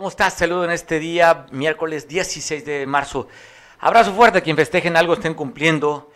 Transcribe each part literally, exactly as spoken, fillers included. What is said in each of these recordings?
¿Cómo estás? Saludo en este día, miércoles dieciséis de marzo. Abrazo fuerte a quien festejen algo, estén cumpliendo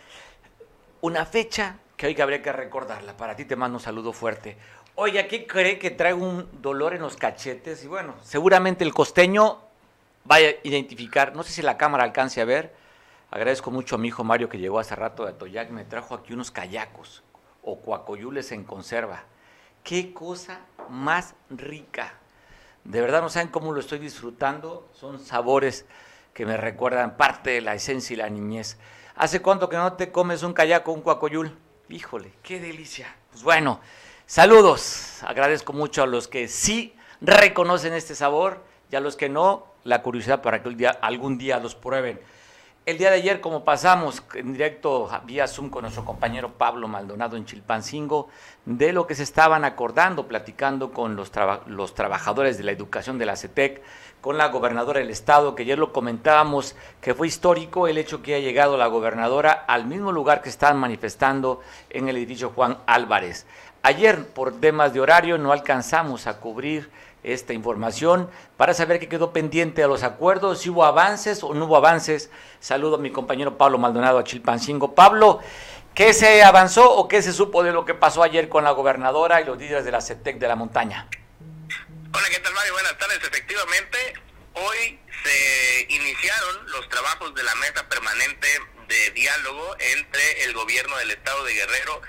una fecha que hoy habría que recordarla. Para ti te mando un saludo fuerte. Oye, ¿qué cree que traigo un dolor en los cachetes? Y bueno, seguramente el costeño vaya a identificar, no sé si la cámara alcance a ver. Agradezco mucho a mi hijo Mario que llegó hace rato de Atoyac, me trajo aquí unos cayacos o cuacoyules en conserva. ¡Qué cosa más rica! De verdad no saben cómo lo estoy disfrutando, son sabores que me recuerdan parte de la esencia y la niñez. ¿Hace cuánto que no te comes un cayaco, un cuacoyul? Híjole, qué delicia. Pues bueno, saludos, agradezco mucho a los que sí reconocen este sabor y a los que no, la curiosidad para que el día, algún día los prueben. El día de ayer, como pasamos en directo vía Zoom con nuestro compañero Pablo Maldonado en Chilpancingo, de lo que se estaban acordando, platicando con los, traba, los trabajadores de la educación de la CETEC, con la gobernadora del estado, que ayer lo comentábamos, que fue histórico el hecho que haya llegado la gobernadora al mismo lugar que estaban manifestando en el edificio Juan Álvarez. Ayer, por temas de horario, no alcanzamos a cubrir esta información para saber qué quedó pendiente de los acuerdos, si hubo avances o no hubo avances. Saludo a mi compañero Pablo Maldonado a Chilpancingo. Pablo, ¿qué se avanzó o qué se supo de lo que pasó ayer con la gobernadora y los líderes de la CETEC de la montaña? Hola, ¿qué tal, Mario? Buenas tardes. Efectivamente, hoy se iniciaron los trabajos de la mesa permanente de diálogo entre el gobierno del estado de Guerrero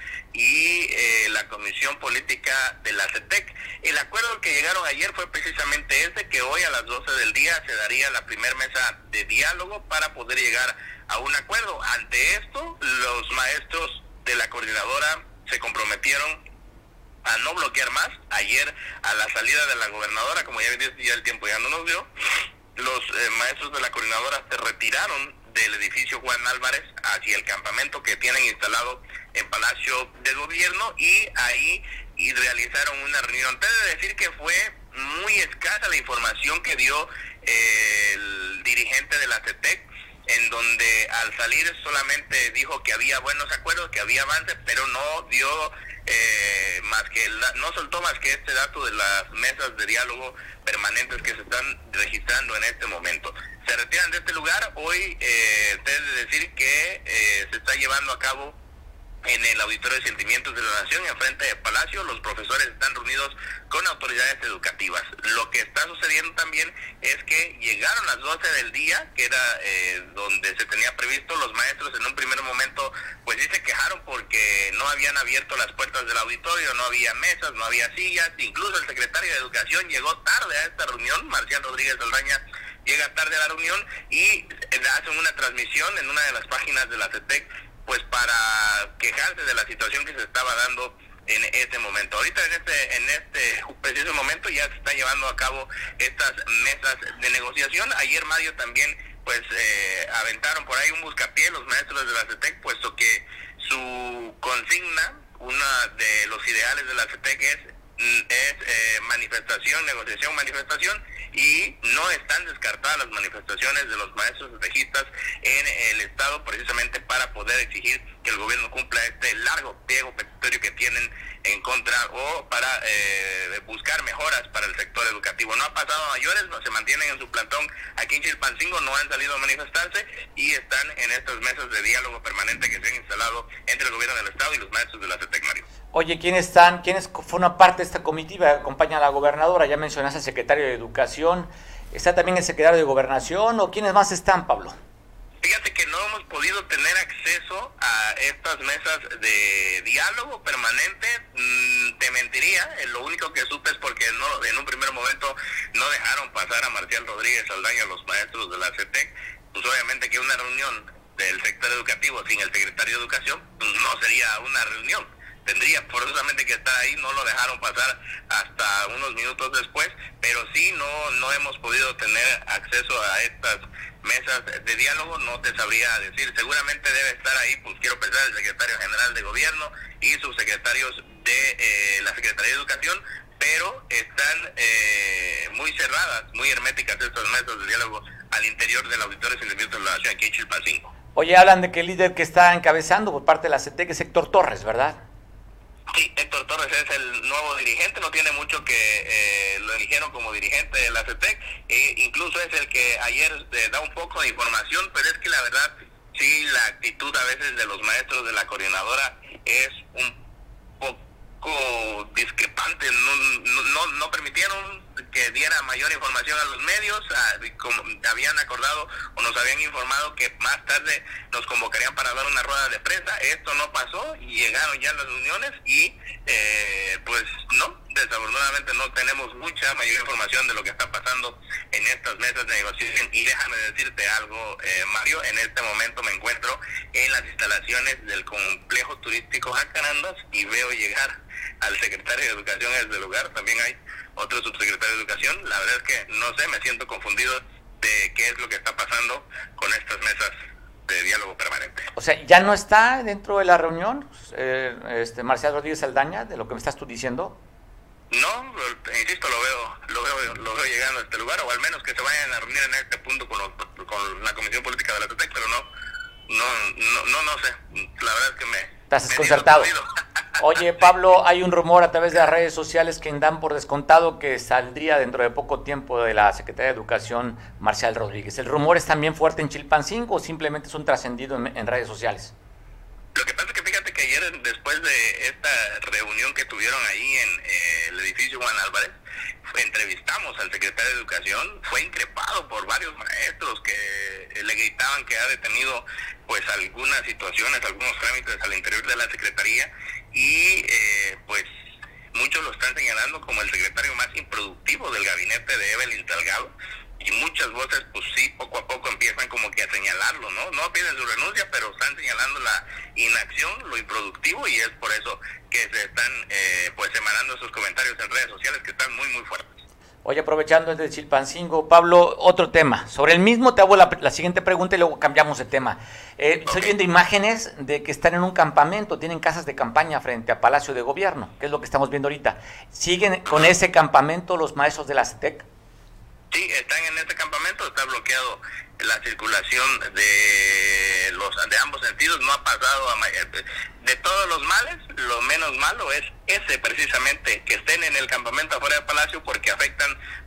y eh, la Comisión Política de la CETEC. El acuerdo que llegaron ayer fue precisamente ese, que hoy a las doce del día se daría la primera mesa de diálogo para poder llegar a un acuerdo. Ante esto, los maestros de la coordinadora se comprometieron a no bloquear más. Ayer, a la salida de la gobernadora, como ya, ya el tiempo ya no nos dio, los eh, maestros de la coordinadora se retiraron del edificio Juan Álvarez hacia el campamento que tienen instalado en Palacio de Gobierno, y ahí y realizaron una reunión. Te he de decir que fue muy escasa la información que dio eh, el dirigente de la CETEC, en donde al salir solamente dijo que había buenos acuerdos, que había avances, pero no dio eh, más que el, no soltó más que este dato de las mesas de diálogo permanentes que se están registrando en este momento. Se retiran de este lugar. Hoy eh, te he de decir que eh, se está llevando a cabo en el Auditorio de Sentimientos de la Nación, enfrente de Palacio. Los profesores están reunidos con autoridades educativas. Lo que está sucediendo también es que llegaron las doce del día, que era eh, donde se tenía previsto. Los maestros en un primer momento pues sí se quejaron porque no habían abierto las puertas del auditorio, no había mesas, no había sillas. Incluso el secretario de Educación llegó tarde a esta reunión. Marcial Rodríguez Saldaña llega tarde a la reunión y hacen una transmisión en una de las páginas de la CETEC, pues para quejarse de la situación que se estaba dando en este momento. Ahorita en este en este preciso momento ya se están llevando a cabo estas mesas de negociación. Ayer, Mario, también pues eh, aventaron por ahí un buscapié los maestros de la CETEC, puesto que su consigna, una de los ideales de la CETEC es es eh, manifestación, negociación, manifestación, y no están descartadas las manifestaciones de los maestros espejistas en el estado, precisamente para poder exigir que el gobierno cumpla este largo pliego petitorio que tienen en contra, o para eh, buscar mejoras para el sector educativo. No ha pasado a mayores, no se mantienen en su plantón aquí en Chilpancingo, no han salido a manifestarse y están en estas mesas de diálogo permanente que se han instalado entre el gobierno del estado y los maestros de la CETEC, Mario. Oye, ¿quiénes están? ¿Quiénes forman parte de esta comitiva? Acompaña a la gobernadora, ya mencionaste al secretario de Educación, ¿está también el secretario de Gobernación o quiénes más están, Pablo? Fíjate que no hemos podido tener acceso a estas mesas de diálogo permanente. Mm, te mentiría, eh, lo único que supe es porque no, en un primer momento no dejaron pasar a Marcial Rodríguez Saldaña, los maestros de la CETEC. Pues obviamente que una reunión del sector educativo sin el secretario de Educación pues no sería una reunión. Tendría forzosamente que estar ahí. No lo dejaron pasar hasta unos minutos después, pero sí no no hemos podido tener acceso a estas mesas de diálogo. No te sabría decir, seguramente debe estar ahí, pues quiero pensar, el secretario general de gobierno y subsecretarios de eh, la Secretaría de Educación, pero están eh, muy cerradas, muy herméticas estas mesas de diálogo al interior del Auditorio de Sentimientos de la Nación aquí en Chilpancingo. Oye, hablan de que el líder que está encabezando por parte de la CETEC es Héctor Torres, ¿verdad? Sí, Héctor Torres Torres es el nuevo dirigente, no tiene mucho que eh, lo eligieron como dirigente de la CETEC, e incluso es el que ayer eh, da un poco de información, pero es que la verdad, sí, la actitud a veces de los maestros de la coordinadora es un poco discrepante, no, no, no permitieron que diera mayor información a los medios, a, como habían acordado o nos habían informado que más tarde nos convocarían para dar una rueda de prensa. Esto no pasó y llegaron ya las reuniones y eh, pues no, desafortunadamente no tenemos mucha mayor información de lo que está pasando en estas mesas de negociación. Y déjame decirte algo, eh, Mario, en este momento me encuentro en las instalaciones del complejo turístico Jacarandas y veo llegar al secretario de Educación desde el lugar. También hay otro subsecretario de Educación. La verdad es que no sé, me siento confundido de qué es lo que está pasando con estas mesas de diálogo permanente. O sea, ¿ya no está dentro de la reunión eh, este Marcial Rodríguez Saldaña, de lo que me estás tú diciendo? No, insisto, lo veo, lo veo, lo veo llegando a este lugar, o al menos que se vayan a reunir en este punto con, los, con la Comisión Política de la CETEC, pero no, no, no, no, no sé. La verdad es que me... Estás desconcertado. Oye, Pablo, hay un rumor a través de las redes sociales que dan por descontado que saldría dentro de poco tiempo de la Secretaría de Educación Marcial Rodríguez. ¿El rumor es también fuerte en Chilpancingo o simplemente es un trascendido en, en redes sociales? Lo que pasa es que fíjate que ayer, después de esta reunión que tuvieron ahí en eh, el edificio Juan Álvarez, entrevistamos al secretario de Educación. Fue increpado por varios maestros que le gritaban que ha detenido pues algunas situaciones, algunos trámites al interior de la Secretaría y eh, pues muchos lo están señalando como el secretario más improductivo del gabinete de Evelyn Salgado. Y muchas voces, pues sí, poco a poco empiezan como que a señalarlo, ¿no? No piden su renuncia, pero están señalando la inacción, lo improductivo, y es por eso que se están, eh, pues, emanando esos comentarios en redes sociales que están muy, muy fuertes. Oye, aprovechando desde Chilpancingo, Pablo, otro tema. Sobre el mismo te hago la, la siguiente pregunta y luego cambiamos de tema. Eh, okay. Estoy viendo imágenes de que están en un campamento, tienen casas de campaña frente a Palacio de Gobierno, que es lo que estamos viendo ahorita. ¿Siguen con ese campamento los maestros de la CETEC? Sí, están en este campamento, está bloqueado la circulación de los de ambos sentidos, no ha pasado a de todos los males, lo menos malo es ese precisamente, que estén en el campamento afuera del Palacio porque afectan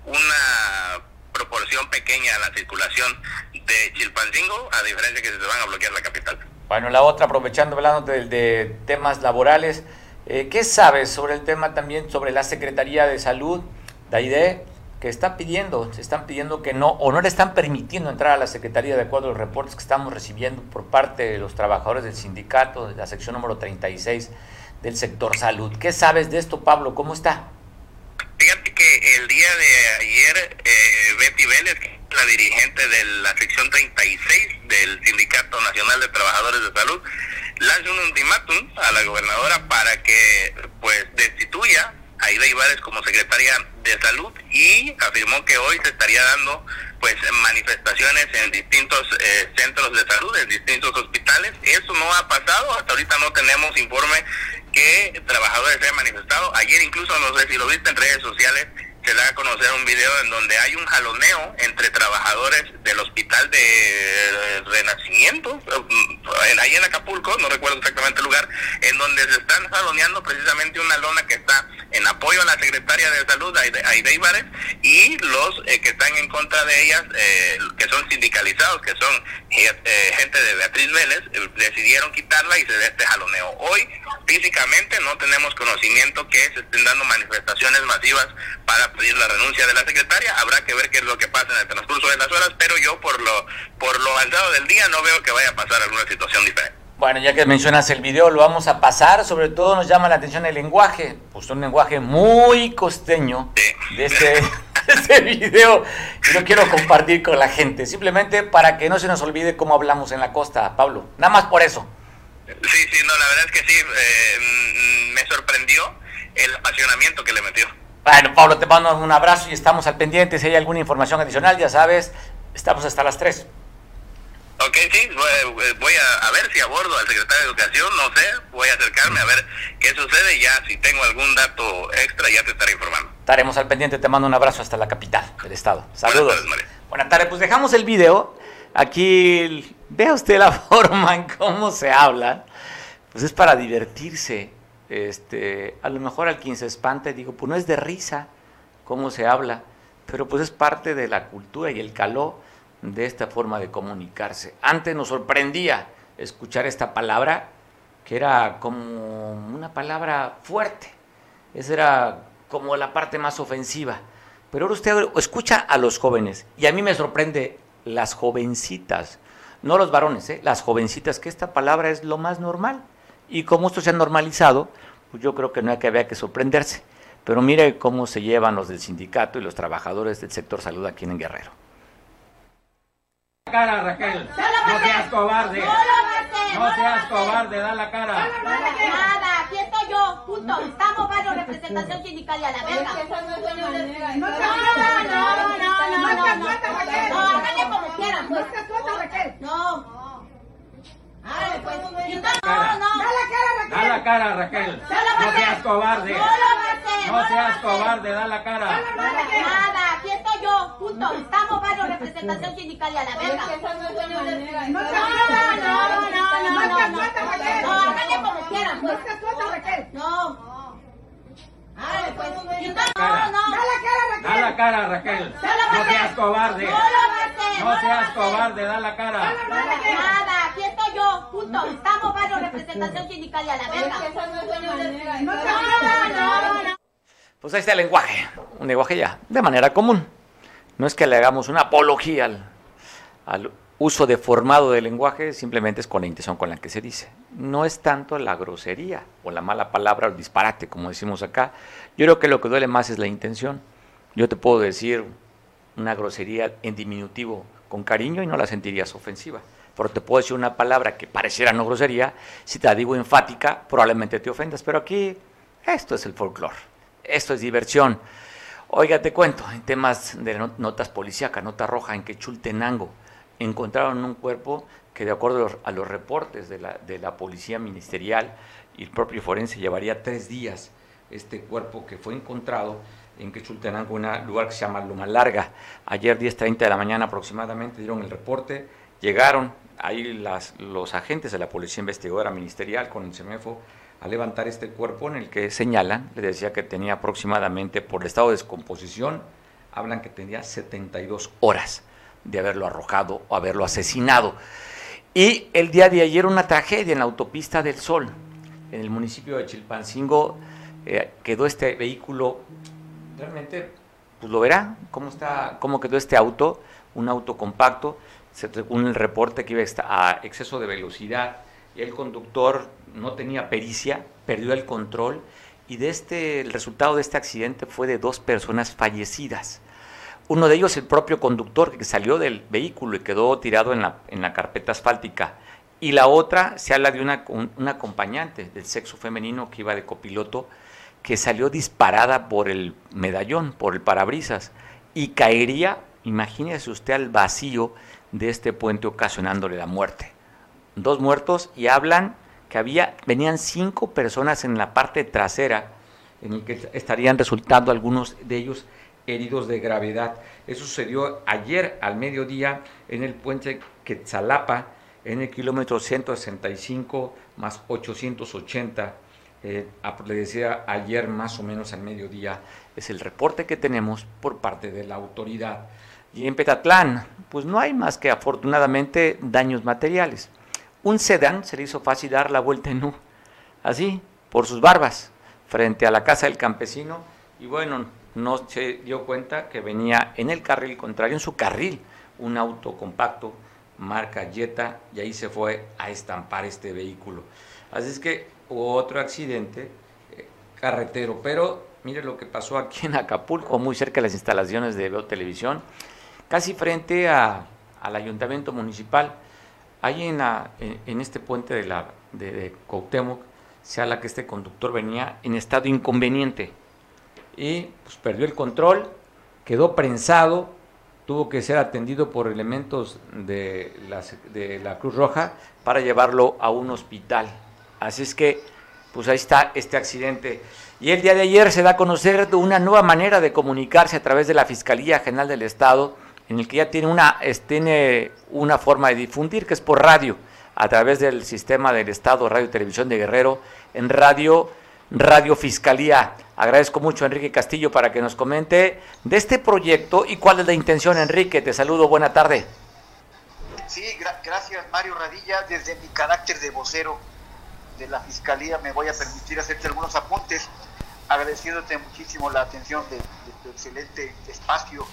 una proporción pequeña a la circulación de Chilpancingo, a diferencia que se van a bloquear la capital. Bueno, la otra, aprovechando, hablando de, de temas laborales, eh, ¿qué sabes sobre el tema también, sobre la Secretaría de Salud, de Aide, que está pidiendo, se están pidiendo que no, o no le están permitiendo entrar a la Secretaría de acuerdo a los reportes que estamos recibiendo por parte de los trabajadores del sindicato, de la sección número treinta y seis del sector salud? ¿Qué sabes de esto, Pablo? ¿Cómo está? Fíjate que el día de ayer, eh, Betty Vélez, la dirigente de la sección treinta y seis del Sindicato Nacional de Trabajadores de Salud, lanza un ultimátum a la gobernadora para que, pues, destituya a Aide Ibares como secretaria de Salud, y afirmó que hoy se estaría dando pues manifestaciones en distintos eh, centros de salud, en distintos hospitales. Eso no ha pasado, hasta ahorita no tenemos informe que trabajadores se hayan manifestado. Ayer incluso, no sé si lo viste en redes sociales, se da a conocer un video en donde hay un jaloneo entre trabajadores del hospital de Renacimiento, ahí en Acapulco, no recuerdo exactamente el lugar, en donde se están jaloneando precisamente una lona que está en apoyo a la secretaria de Salud, Aide Ibares, y los eh, que están en contra de ellas, eh, que son sindicalizados, que son eh, gente de Beatriz Vélez, eh, decidieron quitarla y se da este jaloneo. Hoy, físicamente, no tenemos conocimiento que se estén dando manifestaciones masivas para pedir la renuncia de la secretaria. Habrá que ver qué es lo que pasa en el transcurso de las horas, pero yo por lo por lo avanzado del día no veo que vaya a pasar alguna situación diferente. Bueno, ya que mencionas el video, lo vamos a pasar. Sobre todo nos llama la atención el lenguaje, pues un lenguaje muy costeño, sí, de este, de este video, y lo quiero compartir con la gente, simplemente para que no se nos olvide cómo hablamos en la costa, Pablo, nada más por eso. Sí, sí, no, la verdad es que sí, eh, me sorprendió el apasionamiento que le metió. Bueno, Pablo, te mando un abrazo y estamos al pendiente. Si hay alguna información adicional, ya sabes, estamos hasta las tres. Ok, sí, voy a, a ver si abordo al secretario de Educación, no sé, voy a acercarme a ver qué sucede, y ya si tengo algún dato extra ya te estaré informando. Estaremos al pendiente, te mando un abrazo hasta la capital del estado. Saludos. Buenas tardes, María. Buenas tardes, pues dejamos el video. Aquí vea usted la forma en cómo se habla, pues es para divertirse. este, a lo mejor al quien se espante, digo, pues no es de risa cómo se habla, pero pues es parte de la cultura y el calor de esta forma de comunicarse. Antes nos sorprendía escuchar esta palabra, que era como una palabra fuerte, esa era como la parte más ofensiva, pero ahora usted escucha a los jóvenes, y a mí me sorprende las jovencitas, no los varones, ¿eh? Las jovencitas, que esta palabra es lo más normal, y como esto se ha normalizado, pues yo creo que no hay que había que sorprenderse, pero mire cómo se llevan los del sindicato y los trabajadores del sector salud aquí en Guerrero. Cara, Raquel, no seas cobarde, no seas cobarde, da la cara. Nada, aquí estoy yo, punto. Estamos varios, representación sindical y a la verga. No, no, no, no, no, no, no, no, háganle como quieran, pues. No. Háganle, pues. No, no. Da la cara, Raquel, no seas cobarde, no seas cobarde, da la cara. Nada, aquí estoy yo, punto. Estamos varios, representación sindical y a la verga. No, no, no, no, no, no, no, háganle como quieran, pues. No. Háganle, pues. No, no. Da la cara, Raquel, no seas cobarde, no seas cobarde, da la cara. Nada, aquí estoy yo, punto. Estamos varios, representación sindical y a la verga. No, no, no. Pues ahí está el lenguaje, un lenguaje ya de manera común. No es que le hagamos una apología al, al uso deformado del lenguaje, simplemente es con la intención con la que se dice. No es tanto la grosería o la mala palabra o el disparate, como decimos acá. Yo creo que lo que duele más es la intención. Yo te puedo decir una grosería en diminutivo con cariño y no la sentirías ofensiva. Pero te puedo decir una palabra que pareciera no grosería, si te la digo enfática, probablemente te ofendas. Pero aquí, esto es el folclore, esto es diversión. Oiga, te cuento, en temas de notas policíacas, nota roja, en Quechultenango, encontraron un cuerpo que de acuerdo a los, a los reportes de la, de la policía ministerial y el propio forense llevaría tres días este cuerpo que fue encontrado en Quechultenango, un lugar que se llama Loma Larga. Ayer diez treinta de la mañana aproximadamente dieron el reporte, llegaron ahí las, los agentes de la Policía Investigadora Ministerial con el CEMEFO a levantar este cuerpo en el que señalan, les decía que tenía aproximadamente, por el estado de descomposición, hablan que tenía setenta y dos horas de haberlo arrojado o haberlo asesinado. Y el día de ayer una tragedia en la autopista del Sol, en el municipio de Chilpancingo, eh, quedó este vehículo, realmente, pues lo verá, cómo está, cómo quedó este auto, un auto compacto, según el reporte que iba a exceso de velocidad, y el conductor no tenía pericia, perdió el control, y de este, el resultado de este accidente fue de dos personas fallecidas. Uno de ellos, el propio conductor, que salió del vehículo y quedó tirado en la, en la carpeta asfáltica. Y la otra, se habla de una, un, una acompañante del sexo femenino que iba de copiloto, que salió disparada por el medallón, por el parabrisas, y caería, imagínese usted, al vacío de este puente, ocasionándole la muerte. Dos muertos, y hablan que había, venían cinco personas en la parte trasera, en el que estarían resultando algunos de ellos heridos de gravedad. Eso sucedió ayer al mediodía en el puente Quetzalapa, en el kilómetro ciento sesenta y cinco más ochocientos ochenta. Eh, le decía ayer más o menos al mediodía, es el reporte que tenemos por parte de la autoridad. Y en Petatlán, pues no hay más que afortunadamente daños materiales. Un sedán se le hizo fácil dar la vuelta en U, así, por sus barbas, frente a la casa del campesino, y bueno, no se dio cuenta que venía en el carril contrario, en su carril, un auto compacto, marca Jetta, y ahí se fue a estampar este vehículo. Así es que hubo otro accidente eh, carretero, pero mire lo que pasó aquí en Acapulco, muy cerca de las instalaciones de Veo Televisión, casi frente a, al ayuntamiento municipal. Ahí en, la, en, en este puente de, la, de, de Cuauhtémoc, se habla que este conductor venía en estado inconveniente y pues, perdió el control, quedó prensado, tuvo que ser atendido por elementos de la, de la Cruz Roja para llevarlo a un hospital. Así es que, pues ahí está este accidente. Y el día de ayer se da a conocer una nueva manera de comunicarse a través de la Fiscalía General del Estado, en el que ya tiene una, tiene una forma de difundir, que es por radio, a través del sistema del Estado Radio y Televisión de Guerrero, en radio Radio Fiscalía. Agradezco mucho a Enrique Castillo para que nos comente de este proyecto y cuál es la intención. Enrique, te saludo, buena tarde. Sí, gra- gracias Mario Radilla. Desde mi carácter de vocero de la Fiscalía me voy a permitir hacerte algunos apuntes, agradeciéndote muchísimo la atención de, de tu excelente espacio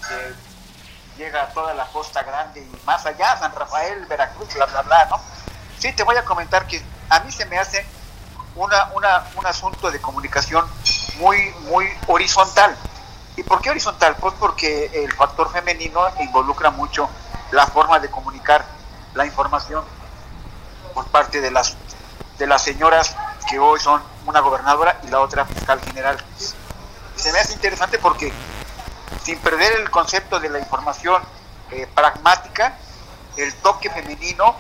que llega a toda la Costa Grande y más allá, San Rafael, Veracruz, bla, bla, bla, ¿no? Sí, te voy a comentar que a mí se me hace una, una, un asunto de comunicación muy, muy horizontal. ¿Y por qué horizontal? Pues porque el factor femenino involucra mucho la forma de comunicar la información por parte de las de las señoras que hoy son una gobernadora y la otra fiscal general. Se me hace interesante porque sin perder el concepto de la información eh, pragmática, el toque femenino,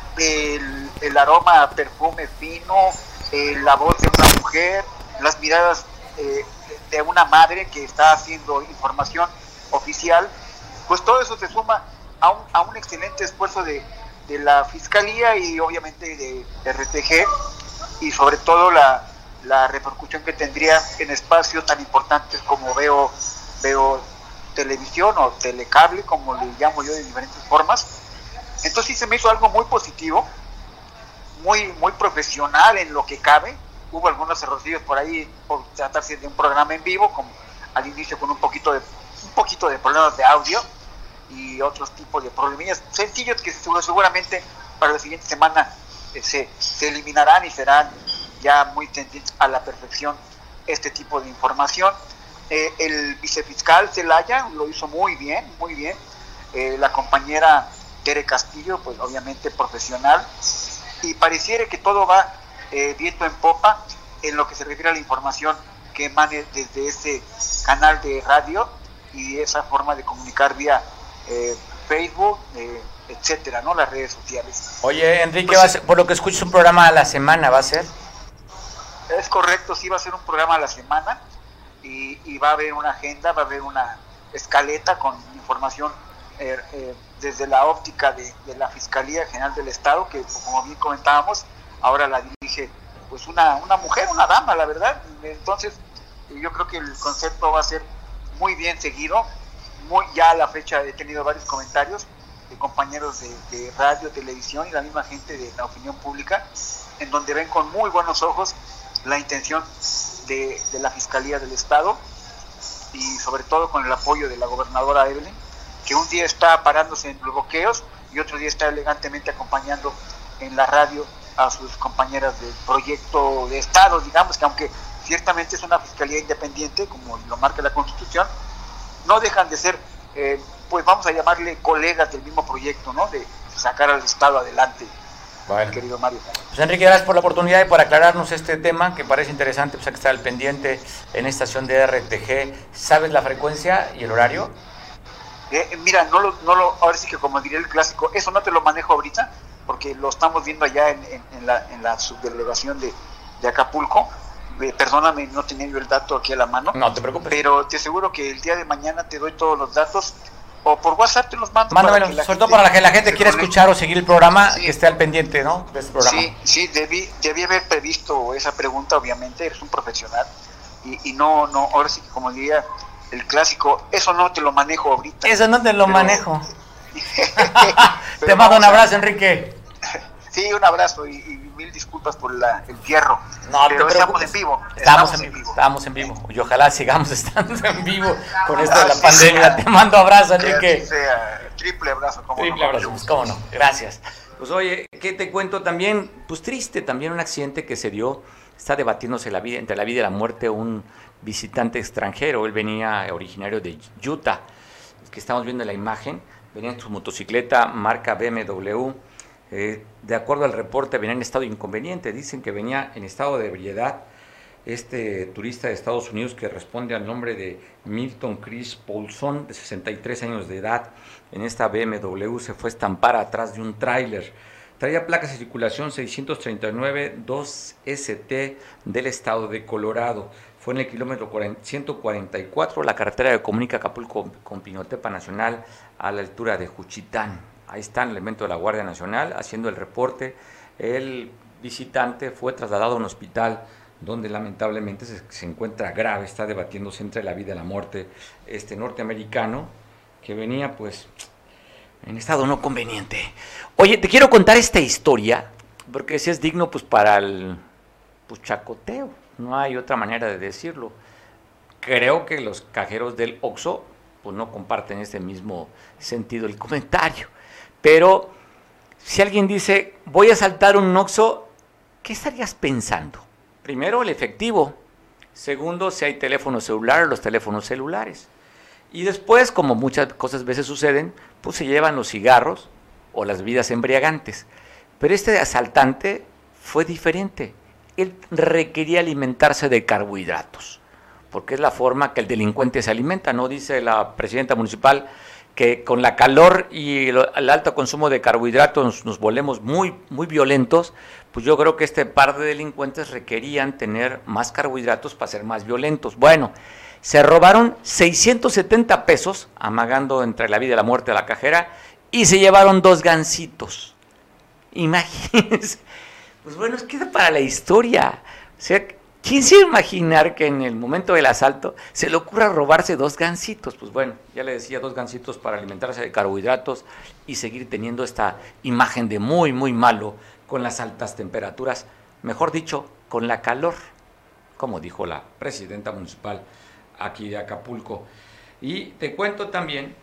el, el aroma a perfume fino, eh, la voz de una mujer, las miradas eh, de una madre que está haciendo información oficial, pues todo eso se suma a un, a un excelente esfuerzo de, de la Fiscalía y obviamente de R T G, y sobre todo la, la repercusión que tendría en espacios tan importantes como veo, veo televisión o telecable, como le llamo yo de diferentes formas. Entonces sí se me hizo algo muy positivo, muy, muy profesional en lo que cabe. Hubo algunos errorcillos por ahí por tratarse de un programa en vivo, como al inicio con un poquito de, un poquito de problemas de audio y otros tipos de problemillas sencillos que seguramente para la siguiente semana eh, se, se eliminarán y serán ya muy tendientes a la perfección este tipo de información. Eh, el vicefiscal Celaya lo hizo muy bien, muy bien. Eh, la compañera Tere Castillo, pues obviamente profesional, y pareciera que todo va eh, viento en popa en lo que se refiere a la información que emane desde ese canal de radio y esa forma de comunicar vía eh, Facebook, eh, etcétera, ¿no? Las redes sociales. Oye, Enrique, pues, va a ser, por lo que escucho, un programa a la semana, ¿va a ser? Es correcto, sí va a ser un programa a la semana y, y va a haber una agenda, va a haber una escaleta con información eh, eh, desde la óptica de, de la Fiscalía General del Estado, que como bien comentábamos, ahora la dirige pues una, una mujer, una dama, la verdad. Entonces yo creo que el concepto va a ser muy bien seguido. Muy, ya a la fecha he tenido varios comentarios de compañeros de, de radio, televisión y la misma gente de la opinión pública, en donde ven con muy buenos ojos la intención de, de la Fiscalía del Estado y sobre todo con el apoyo de la gobernadora Evelyn, que un día está parándose en los bloqueos y otro día está elegantemente acompañando en la radio a sus compañeras del proyecto de Estado, digamos que aunque ciertamente es una fiscalía independiente, como lo marca la Constitución, no dejan de ser, eh, pues vamos a llamarle colegas del mismo proyecto, ¿no? De sacar al Estado adelante. Bueno. Querido Mario. Pues Enrique, gracias por la oportunidad y por aclararnos este tema que parece interesante, pues hay que estar al pendiente en estación de R T G. ¿Sabes la frecuencia y el horario? Eh, mira, no lo, no lo, ahora sí que como diría el clásico, eso no te lo manejo ahorita, porque lo estamos viendo allá en, en, en, la, en la subdelegación de, de Acapulco. Eh, perdóname, no tenía yo el dato aquí a la mano. No te preocupes. Pero te aseguro que el día de mañana te doy todos los datos, o por WhatsApp te los mando. Mándamelo, sobre gente, todo para que la gente quiera escuchar o seguir el programa, sí, que esté al pendiente, ¿no? De este programa. Sí, sí, debí, debí haber previsto esa pregunta, obviamente, eres un profesional, y, y no, no, ahora sí que como diría el clásico, eso no te lo manejo ahorita. Eso no te lo pero... manejo. Te mando un abrazo, a... Enrique. Sí, un abrazo y, y mil disculpas por la, el fierro. No, pero estamos en vivo. Estamos, estamos en, en vivo. Estamos en vivo. Y ojalá sigamos estando en vivo con esto de la pandemia. Te mando abrazo, Enrique. Sea, triple abrazo. ¿Cómo triple no? abrazo, pues, cómo no. Gracias. Pues oye, ¿qué te cuento también? Pues triste también un accidente que se dio. Está debatiéndose la vida, entre la vida y la muerte un visitante extranjero. Él venía originario de Utah. Que estamos viendo en la imagen. Venía en su motocicleta marca B M W. Eh, de acuerdo al reporte, venía en estado inconveniente. Dicen que venía en estado de ebriedad. Este turista de Estados Unidos, que responde al nombre de Milton Chris Paulson, de sesenta y tres años de edad, en esta B M W se fue a estampar atrás de un tráiler. Traía placas de circulación seiscientos treinta y nueve dos S T del estado de Colorado. Fue en el kilómetro ciento cuarenta y cuatro, la carretera que comunica Acapulco con Pinotepa Nacional, a la altura de Juchitán. Ahí está el elemento de la Guardia Nacional haciendo el reporte. El visitante fue trasladado a un hospital donde lamentablemente se, se encuentra grave, está debatiéndose entre la vida y la muerte este norteamericano, que venía pues en estado no conveniente. Oye, te quiero contar esta historia, porque si es digno pues para el pues, chacoteo, no hay otra manera de decirlo. Creo que los cajeros del Oxxo pues no comparten ese mismo sentido el comentario, pero si alguien dice, voy a asaltar un Oxxo, ¿qué estarías pensando? Primero, el efectivo. Segundo, si hay teléfono celular, los teléfonos celulares. Y después, como muchas cosas veces suceden, pues se llevan los cigarros o las bebidas embriagantes. Pero este asaltante fue diferente. Él requería alimentarse de carbohidratos, porque es la forma que el delincuente se alimenta, ¿no? Dice la presidenta municipal que con la calor y el alto consumo de carbohidratos nos, nos volvemos muy, muy violentos. Pues yo creo que este par de delincuentes requerían tener más carbohidratos para ser más violentos. Bueno, se robaron seiscientos setenta pesos, amagando entre la vida y la muerte a la cajera, y se llevaron dos gansitos. Imagínense. Pues bueno, es que es para la historia. O sea, ¿quién se iba a imaginar que en el momento del asalto se le ocurra robarse dos gansitos? Pues bueno, ya le decía, dos gansitos para alimentarse de carbohidratos y seguir teniendo esta imagen de muy, muy malo con las altas temperaturas, mejor dicho, con la calor, como dijo la presidenta municipal aquí de Acapulco. Y te cuento también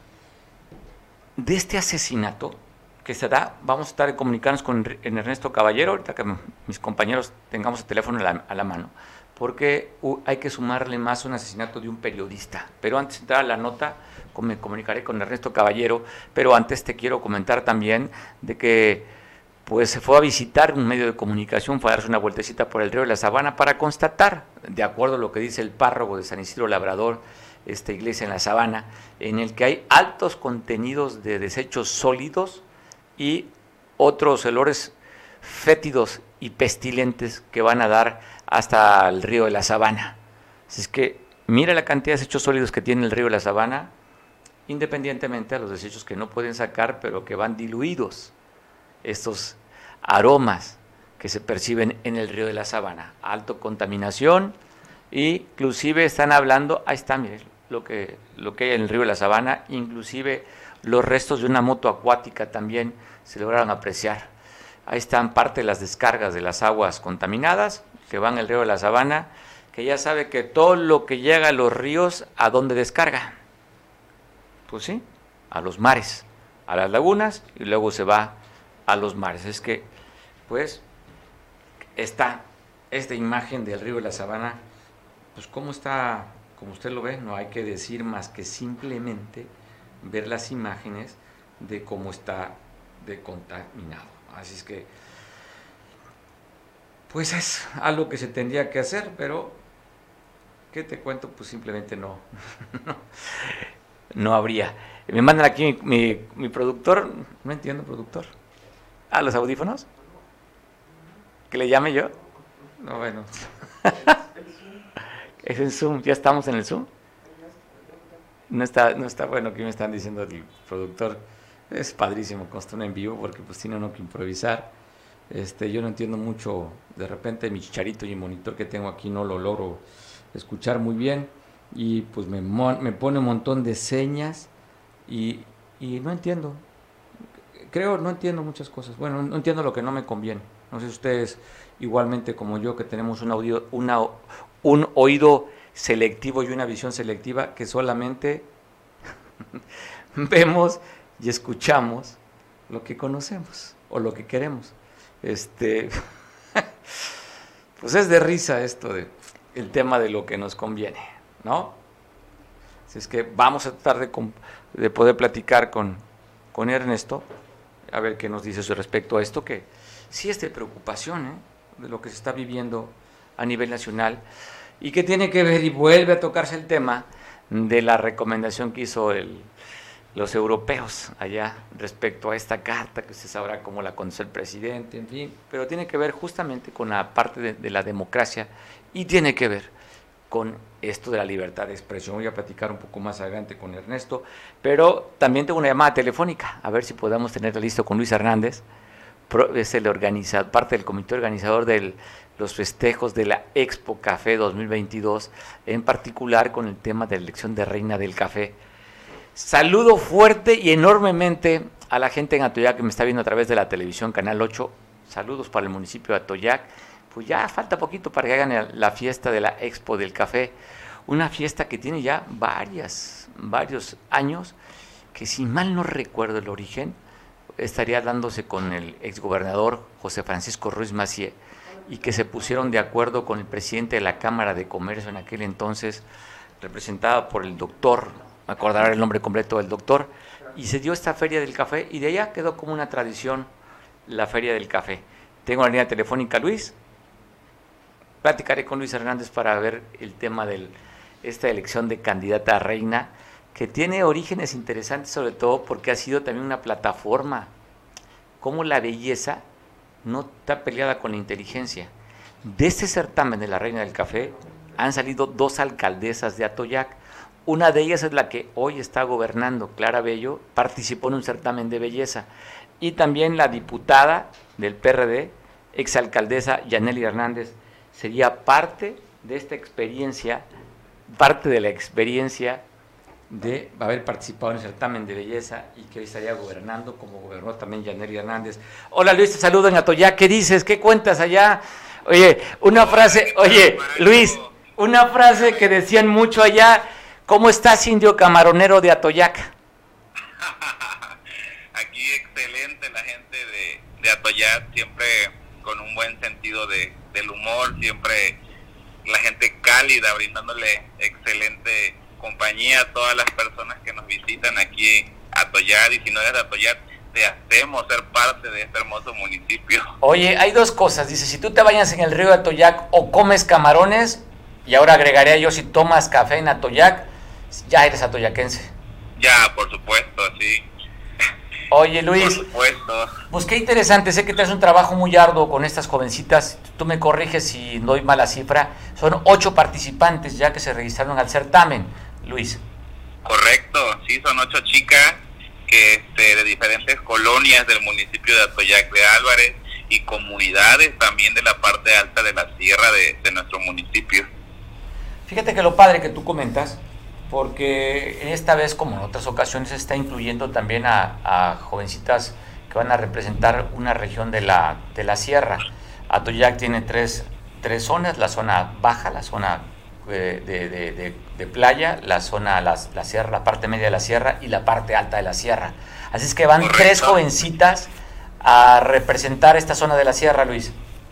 de este asesinato que se da. Vamos a estar comunicándonos con Ernesto Caballero, ahorita que mis compañeros tengamos el teléfono a la, a la mano, porque uh, hay que sumarle más un asesinato de un periodista. Pero antes de entrar a la nota, me comunicaré con Ernesto Caballero, pero antes te quiero comentar también de que pues se fue a visitar un medio de comunicación, fue a darse una vueltecita por el río de la Sabana para constatar, de acuerdo a lo que dice el párroco de San Isidro Labrador, esta iglesia en la Sabana, en el que hay altos contenidos de desechos sólidos y otros olores fétidos y pestilentes que van a dar hasta el río de la Sabana. Así es que mira la cantidad de desechos sólidos que tiene el río de la Sabana, independientemente a los desechos que no pueden sacar, pero que van diluidos. Estos aromas que se perciben en el río de la Sabana, alto contaminación, e inclusive están hablando, ahí está, miren, lo que, lo que hay en el río de la Sabana, inclusive los restos de una moto acuática también se lograron apreciar. Ahí están parte de las descargas de las aguas contaminadas que van al río de la Sabana, que ya sabe que todo lo que llega a los ríos, ¿a dónde descarga? Pues sí, a los mares, a las lagunas, y luego se va a los mares. Es que, pues, está esta imagen del río de la Sabana, pues cómo está, como usted lo ve, no hay que decir más que simplemente ver las imágenes de cómo está de contaminado. Así es que, pues es algo que se tendría que hacer, pero, ¿qué te cuento? Pues simplemente no, no, no habría. Me mandan aquí mi, mi, mi productor, no entiendo, productor. ¿A los audífonos? ¿Que le llame yo? No, bueno. Es en Zoom, ya estamos en el Zoom. No está, no está bueno que me están diciendo el productor. Es padrísimo construir en vivo porque pues tiene uno que improvisar. Este, yo no entiendo mucho, de repente mi chicharito y el monitor que tengo aquí no lo logro escuchar muy bien y pues me, me pone un montón de señas y, y no entiendo. Creo, no entiendo muchas cosas. Bueno, no entiendo lo que no me conviene. No sé si ustedes, igualmente como yo, que tenemos un, audio, una, un oído selectivo y una visión selectiva, que solamente vemos y escuchamos lo que conocemos o lo que queremos. Este, pues es de risa esto de el tema de lo que nos conviene, ¿no? Así es que vamos a tratar de, de poder platicar con, con Ernesto, a ver qué nos dice respecto a esto, que sí es de preocupación, ¿eh? De lo que se está viviendo a nivel nacional, y que tiene que ver, y vuelve a tocarse el tema de la recomendación que hizo el, los europeos allá respecto a esta carta, que usted sabrá cómo la conoce el presidente, en fin, pero tiene que ver justamente con la parte de, de la democracia y tiene que ver con esto de la libertad de expresión. Voy a platicar un poco más adelante con Ernesto, pero también tengo una llamada telefónica, a ver si podemos tenerla listo con Luis Hernández, es el organizador, parte del comité organizador de los festejos de la Expo Café dos mil veintidós, en particular con el tema de la elección de reina del café. Saludo fuerte y enormemente a la gente en Atoyac que me está viendo a través de la televisión Canal ocho. Saludos para el municipio de Atoyac. Pues ya falta poquito para que hagan la fiesta de la Expo del Café, una fiesta que tiene ya varias, varios años, que si mal no recuerdo el origen, estaría dándose con el exgobernador José Francisco Ruiz Massieu, y que se pusieron de acuerdo con el presidente de la Cámara de Comercio en aquel entonces, representado por el doctor, me acordaré el nombre completo del doctor, y se dio esta Feria del Café, y de allá quedó como una tradición la Feria del Café. Tengo la línea telefónica, Luis. Platicaré con Luis Hernández para ver el tema de esta elección de candidata a reina, que tiene orígenes interesantes, sobre todo porque ha sido también una plataforma, como la belleza no está peleada con la inteligencia. De este certamen de la Reina del Café han salido dos alcaldesas de Atoyac. Una de ellas es la que hoy está gobernando, Clara Bello, participó en un certamen de belleza. Y también la diputada del P R D, exalcaldesa Yanely Hernández, sería parte de esta experiencia, parte de la experiencia de haber participado en el certamen de belleza y que hoy estaría gobernando, como gobernó también Yanely Hernández. Hola Luis, te saludo en Atoyac, ¿qué dices? ¿Qué cuentas allá? Oye, una frase, oye Luis, una frase que decían mucho allá, ¿cómo estás, indio camaronero de Atoyac? Aquí excelente la gente de, de Atoyac, siempre con un buen sentido de, del humor, siempre la gente cálida, brindándole excelente compañía a todas las personas que nos visitan aquí a Atoyac, y si no eres de Atoyac, te hacemos ser parte de este hermoso municipio. Oye, hay dos cosas, dice, si tú te bañas en el río de Atoyac o comes camarones, y ahora agregaría yo, si tomas café en Atoyac, ya eres atoyaquense. Ya, por supuesto, sí. Oye Luis, por supuesto. Pues qué interesante, sé que te haces un trabajo muy arduo con estas jovencitas, tú me corriges si doy mala cifra, son ocho participantes ya que se registraron al certamen, Luis. Correcto, sí, son ocho chicas que este, de diferentes colonias del municipio de Atoyac de Álvarez y comunidades también de la parte alta de la sierra de, de nuestro municipio. Fíjate que lo padre que tú comentas, porque esta vez, como en otras ocasiones, se está incluyendo también a, a jovencitas que van a representar una región de la, de la sierra. Atoyac tiene tres, tres zonas, la zona baja, la zona eh, de, de, de, de playa, la zona, la, la sierra, la parte media de la sierra y la parte alta de la sierra. Así es que van Correcto. Tres jovencitas a representar esta zona de la sierra, Luis.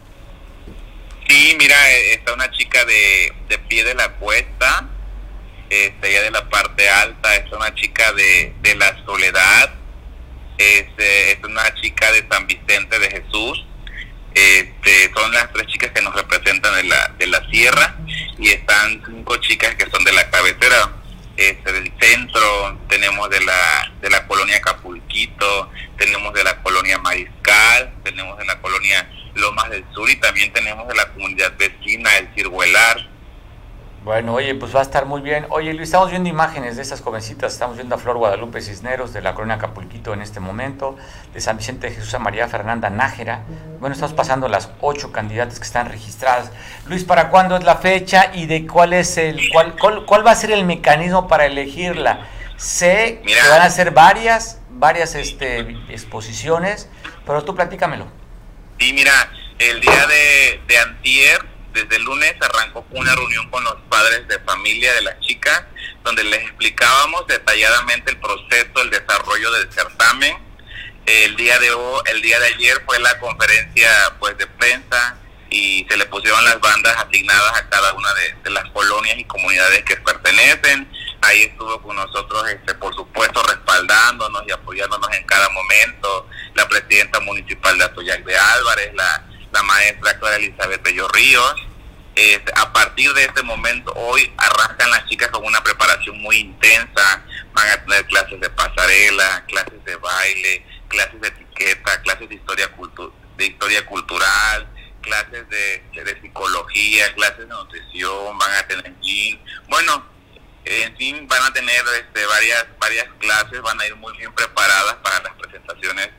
Sí, mira, está una chica de, de Pie de la Cuesta, este, ella de la parte alta, es una chica de, de la Soledad, este, es una chica de San Vicente de Jesús, este, son las tres chicas que nos representan de la, de la sierra, y están cinco chicas que son de la cabecera, este, del centro, tenemos de la, de la colonia Acapulquito, tenemos de la colonia Mariscal, tenemos de la colonia Lomas del Sur, y también tenemos de la comunidad vecina, el Cirguelar. Bueno, oye, pues va a estar muy bien. Oye, Luis, estamos viendo imágenes de estas jovencitas, estamos viendo a Flor Guadalupe Cisneros de la colonia Acapulquito en este momento, de San Vicente de Jesús a María Fernanda Nájera. Bueno, estamos pasando las ocho candidatas que están registradas. Luis, ¿para cuándo es la fecha y de cuál es el cuál cuál, cuál va a ser el mecanismo para elegirla? Sé Mira. que van a ser varias, varias este, exposiciones, pero tú platícamelo. Sí, mira, el día de, de antier, desde el lunes, arrancó una reunión con los padres de familia de las chicas, donde les explicábamos detalladamente el proceso, el desarrollo del certamen. El día de hoy, el día de ayer fue la conferencia pues de prensa, y se le pusieron las bandas asignadas a cada una de, de las colonias y comunidades que pertenecen. Ahí estuvo con nosotros, este, por supuesto, respaldándonos y apoyándonos en cada momento, la presidenta municipal de Atoyac de Álvarez, la, la maestra Clara Elizabeth Bello Ríos. Este, a partir de este momento, hoy arrancan las chicas con una preparación muy intensa, van a tener clases de pasarela, clases de baile, clases de etiqueta, clases de historia, cultu- de historia cultural, clases de, de, de psicología, clases de nutrición, van a tener gym, bueno, en fin, van a tener este, varias varias clases, van a ir muy bien preparadas para las presentaciones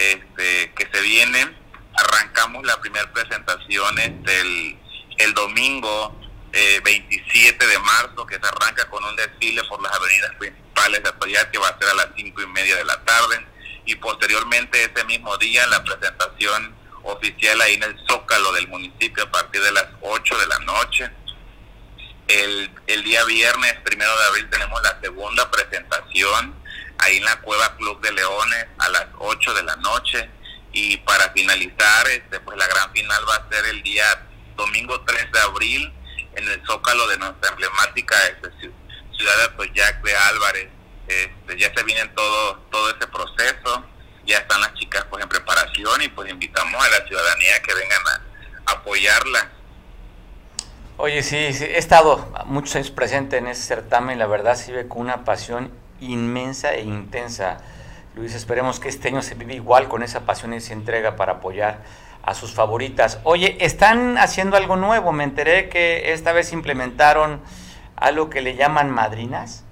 este, que se vienen. Arrancamos la primera presentación este, el, el domingo eh, veintisiete de marzo, que se arranca con un desfile por las avenidas principales de Atoyac, que va a ser a las cinco y media de la tarde, y posteriormente ese mismo día la presentación oficial ahí en el Zócalo del municipio a partir de las ocho de la noche. El, el día viernes, primero de abril, tenemos la segunda presentación ahí en la Cueva Club de Leones a las ocho de la noche, y para finalizar, este, pues la gran final va a ser el día domingo tres de abril en el Zócalo de nuestra emblemática este, ciudad de Atoyac de Álvarez. Este, ya se viene todo, todo ese proceso, ya están las chicas pues en preparación, y pues invitamos a la ciudadanía que vengan a, a apoyarla. Oye, sí, sí, he estado muchos años presente en ese certamen, la verdad sí ve con una pasión inmensa e intensa. Luis, esperemos que este año se vive igual con esa pasión y esa entrega para apoyar a sus favoritas. Oye, están haciendo algo nuevo, me enteré que esta vez implementaron algo que le llaman madrinas.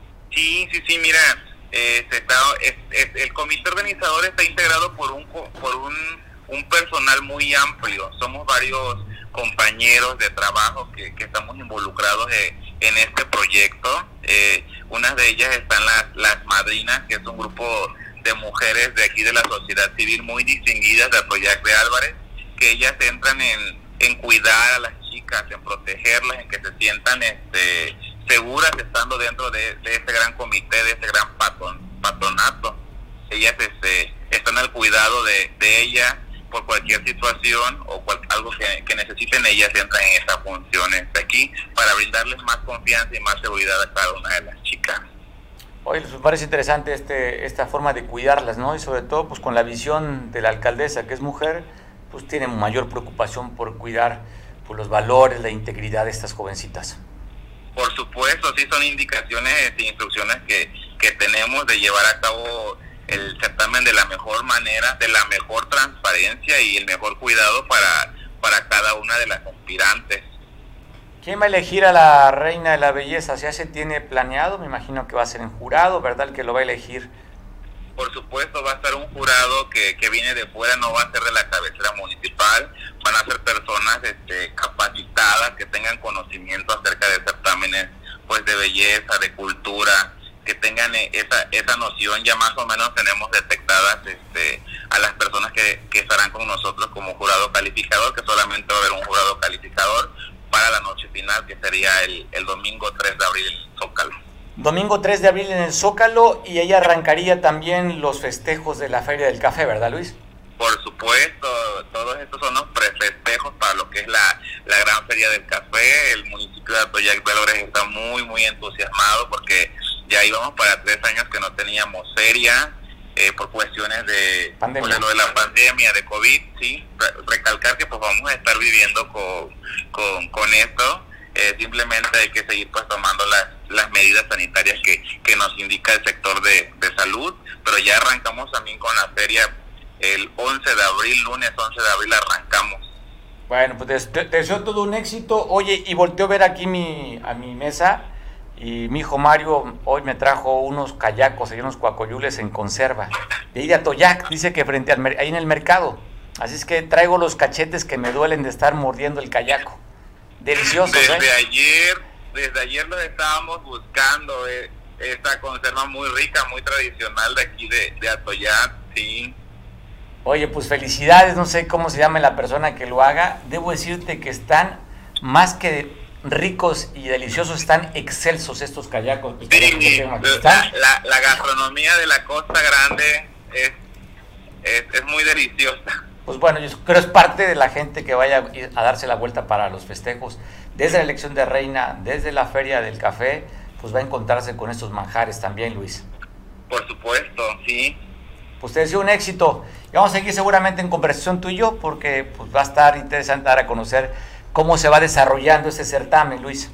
Sí, sí, sí, mira, eh, se está, es, es, el comité organizador está integrado por un por un, un personal muy amplio. Somos varios compañeros de trabajo que, que estamos involucrados en, en este proyecto. Eh, unas de ellas están las, las madrinas, que es un grupo de mujeres de aquí de la sociedad civil muy distinguidas de Atoyac de Álvarez, que ellas entran en, en cuidar a las chicas, en protegerlas, en que se sientan este seguras estando dentro de, de este gran comité, de este gran patron, patronato. Ellas este, están al cuidado de, de ellas por cualquier situación o cual, algo que, que necesiten. Ellas entran en estas funciones de aquí para brindarles más confianza y más seguridad a cada una de las chicas. Oye, me parece interesante este, esta forma de cuidarlas, ¿no? Y sobre todo pues con la visión de la alcaldesa, que es mujer, pues tiene mayor preocupación por cuidar por los valores, la integridad de estas jovencitas. Por supuesto, sí, son indicaciones e instrucciones que, que tenemos de llevar a cabo el certamen de la mejor manera, de la mejor transparencia y el mejor cuidado para, para cada una de las aspirantes. ¿Quién va a elegir a la reina de la belleza? ¿Ya se tiene planeado? Me imagino que va a ser en jurado, ¿verdad? El que lo va a elegir. Por supuesto, va a estar un jurado que, que viene de fuera, no va a ser de la cabecera municipal. Van a ser personas este, capacitadas, que tengan conocimiento acerca de certámenes pues de belleza, de cultura, que tengan esa esa noción. Ya más o menos tenemos detectadas este, a las personas que, que estarán con nosotros como jurado calificador, que solamente va a haber un jurado calificador para la noche final, que sería el, el domingo tres de abril en el Zócalo. Domingo tres de abril en el Zócalo, y ahí arrancaría también los festejos de la Feria del Café, ¿verdad, Luis? Por supuesto, todos estos son los prefestejos para lo que es la, la gran Feria del Café. El municipio de Atoyac de Álvarez está muy, muy entusiasmado porque ya íbamos para tres años que no teníamos feria eh, por cuestiones de, pandemia. Por lo de la pandemia de COVID, sí. Recalcar que pues vamos a estar viviendo con, con, con esto. Eh, simplemente hay que seguir pues tomando las, las medidas sanitarias que, que nos indica el sector de, de salud, pero ya arrancamos también con la feria el once de abril, lunes once de abril arrancamos. Bueno, pues te, te deseo todo un éxito. Oye, y volteo a ver aquí mi, a mi mesa, y mi hijo Mario hoy me trajo unos kayakos y unos cuacoyules en conserva, de ahí de Atoyac, dice que frente al ahí en el mercado, así es que traigo los cachetes que me duelen de estar mordiendo el kayaco. Delicioso. Desde ¿eh? ayer, desde ayer los estábamos buscando, eh, esta conserva muy rica, muy tradicional de aquí de, de Atoyac, sí. Oye, pues felicidades, no sé cómo se llama la persona que lo haga. Debo decirte que están más que ricos y deliciosos, están excelsos estos kayakos. Sí, que la, la, la gastronomía de la Costa Grande es, es, es muy deliciosa. Pues bueno, yo creo que es parte de la gente que vaya a darse la vuelta para los festejos, desde la elección de reina, desde la Feria del Café, pues va a encontrarse con estos manjares también, Luis. Por supuesto, sí. Pues te deseo un éxito, y vamos a seguir seguramente en conversación tú y yo, porque pues va a estar interesante dar a conocer cómo se va desarrollando este certamen, Luis.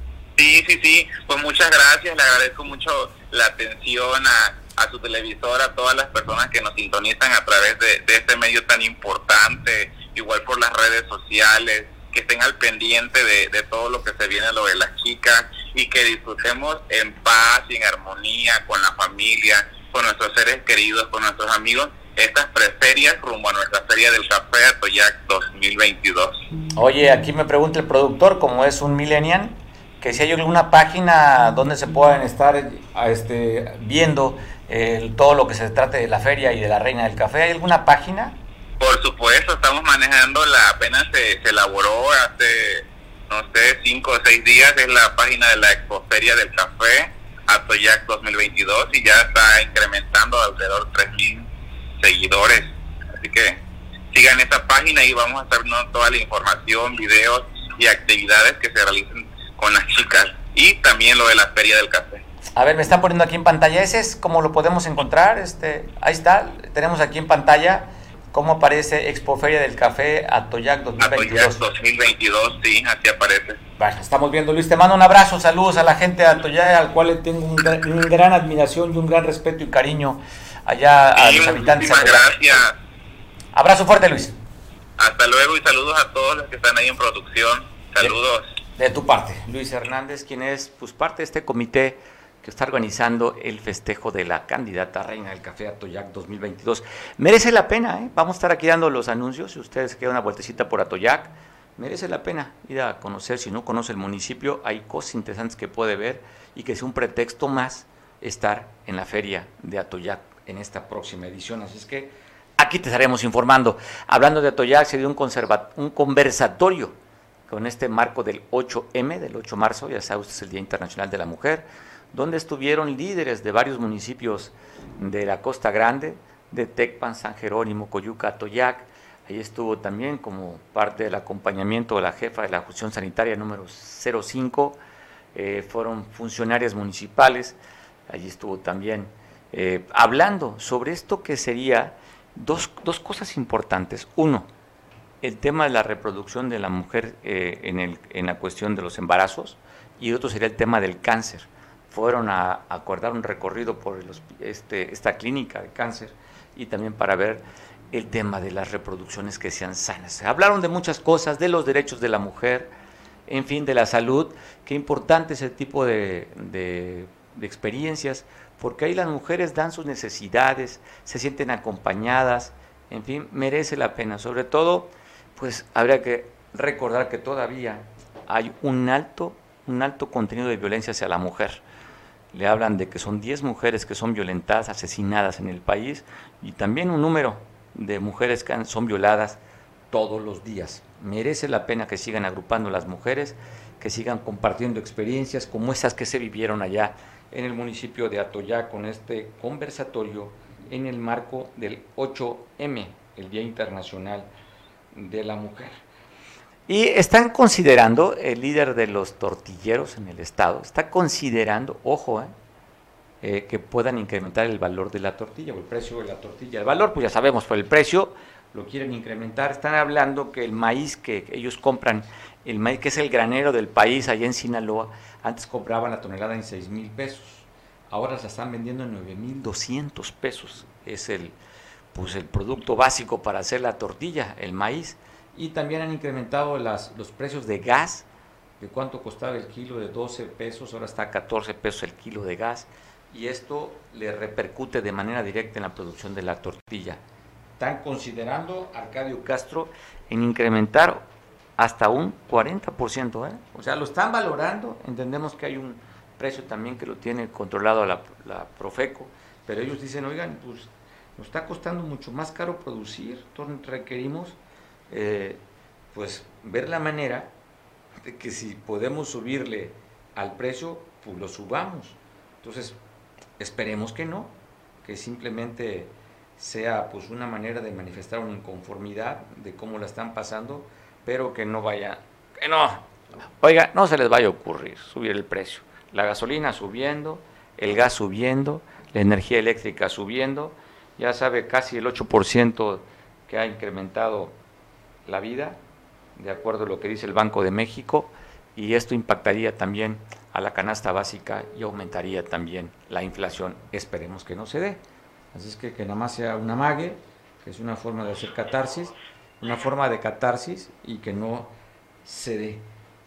Sí, sí, sí, pues muchas gracias, le agradezco mucho la atención a... a su televisor, a todas las personas que nos sintonizan a través de, de este medio tan importante, igual por las redes sociales, que estén al pendiente de, de todo lo que se viene, lo de las chicas, y que disfrutemos en paz y en armonía con la familia, con nuestros seres queridos, con nuestros amigos, estas preferias rumbo a nuestra Feria del Café Atoyac dos mil veintidós. Oye, aquí me pregunta el productor, como es un millennial, que si hay alguna página donde se puedan estar este, viendo eh, todo lo que se trate de la feria y de la Reina del Café. ¿Hay alguna página? Por supuesto, estamos manejando, la apenas se, se elaboró hace, no sé, cinco o seis días, es la página de la Expoferia del Café Atoyac dos mil veintidós y ya está incrementando alrededor de tres mil seguidores. Así que sigan esa página y vamos a estar dando toda la información, videos y actividades que se realicen con las chicas y también lo de la Feria del Café. A ver, me están poniendo aquí en pantalla, ese es como lo podemos encontrar, este, ahí está, tenemos aquí en pantalla cómo aparece Expoferia del Café Atoyac dos mil veintidós. Atoyac dos mil veintidós, sí, así aparece. Bueno, estamos viendo, Luis, te mando un abrazo, saludos a la gente de Atoyac, al cual le tengo un gran, una gran admiración y un gran respeto y cariño allá a sí, los habitantes. Muchísimas gracias. Abrazo fuerte, Luis. Hasta luego y saludos a todos los que están ahí en producción. Saludos. De, de tu parte, Luis Hernández, quien es pues parte de este comité que está organizando el festejo de la candidata Reina del Café Atoyac dos mil veintidós. Merece la pena, ¿eh? Vamos a estar aquí dando los anuncios, si ustedes quedan una vueltecita por Atoyac, merece la pena ir a conocer, si no conoce el municipio, hay cosas interesantes que puede ver y que sea un pretexto más estar en la feria de Atoyac en esta próxima edición, así es que aquí te estaremos informando. Hablando de Atoyac, se dio un, conserva- un conversatorio con este marco del ocho eme, del ocho de marzo, ya sabe usted, es el Día Internacional de la Mujer, donde estuvieron líderes de varios municipios de la Costa Grande, de Tecpan, San Jerónimo, Coyuca, Atoyac. Ahí estuvo también como parte del acompañamiento de la jefa de la Justicia Sanitaria número cero cinco, eh, fueron funcionarias municipales. Allí estuvo también eh, hablando sobre esto que sería dos, dos cosas importantes. Uno, el tema de la reproducción de la mujer eh, en, el, en la cuestión de los embarazos, y otro sería el tema del cáncer. Fueron a acordar un recorrido por los, este, esta clínica de cáncer y también para ver el tema de las reproducciones que sean sanas. Se hablaron de muchas cosas, de los derechos de la mujer, en fin, de la salud. Qué importante ese tipo de, de, de experiencias, porque ahí las mujeres dan sus necesidades, se sienten acompañadas, en fin, merece la pena. Sobre todo, pues habría que recordar que todavía hay un alto, un alto contenido de violencia hacia la mujer. Le hablan de que son diez mujeres que son violentadas, asesinadas en el país, y también un número de mujeres que son violadas todos los días. Merece la pena que sigan agrupando las mujeres, que sigan compartiendo experiencias como esas que se vivieron allá en el municipio de Atoyac con este conversatorio en el marco del ocho eme, el Día Internacional de la Mujer. Y están considerando, el líder de los tortilleros en el estado, está considerando, ojo, eh, eh, que puedan incrementar el valor de la tortilla, o el precio de la tortilla. El valor, pues ya sabemos, por el precio lo quieren incrementar. Están hablando que el maíz que ellos compran, el maíz que es el granero del país, allá en Sinaloa, antes compraban la tonelada en seis mil pesos, ahora se están vendiendo en nueve mil doscientos pesos. Es el, pues el producto básico para hacer la tortilla, el maíz. Y también han incrementado las, los precios de gas, de cuánto costaba el kilo de doce pesos, ahora está a catorce pesos el kilo de gas, y esto le repercute de manera directa en la producción de la tortilla. Están considerando, Arcadio Castro, en incrementar hasta un cuarenta por ciento, ¿eh? O sea, lo están valorando, entendemos que hay un precio también que lo tiene controlado la, la Profeco, pero ellos dicen, oigan, pues nos está costando mucho más caro producir, entonces requerimos Eh, pues ver la manera de que si podemos subirle al precio, pues lo subamos. Entonces, esperemos que no, que simplemente sea pues una manera de manifestar una inconformidad de cómo la están pasando, pero que no vaya, que no, oiga, no se les vaya a ocurrir subir el precio. La gasolina subiendo, el gas subiendo, la energía eléctrica subiendo, ya sabe, casi el ocho por ciento que ha incrementado la vida, de acuerdo a lo que dice el Banco de México, y esto impactaría también a la canasta básica y aumentaría también la inflación. Esperemos que no se dé. Así es que que nada más sea un amague, que es una forma de hacer catarsis, una forma de catarsis y que no se dé.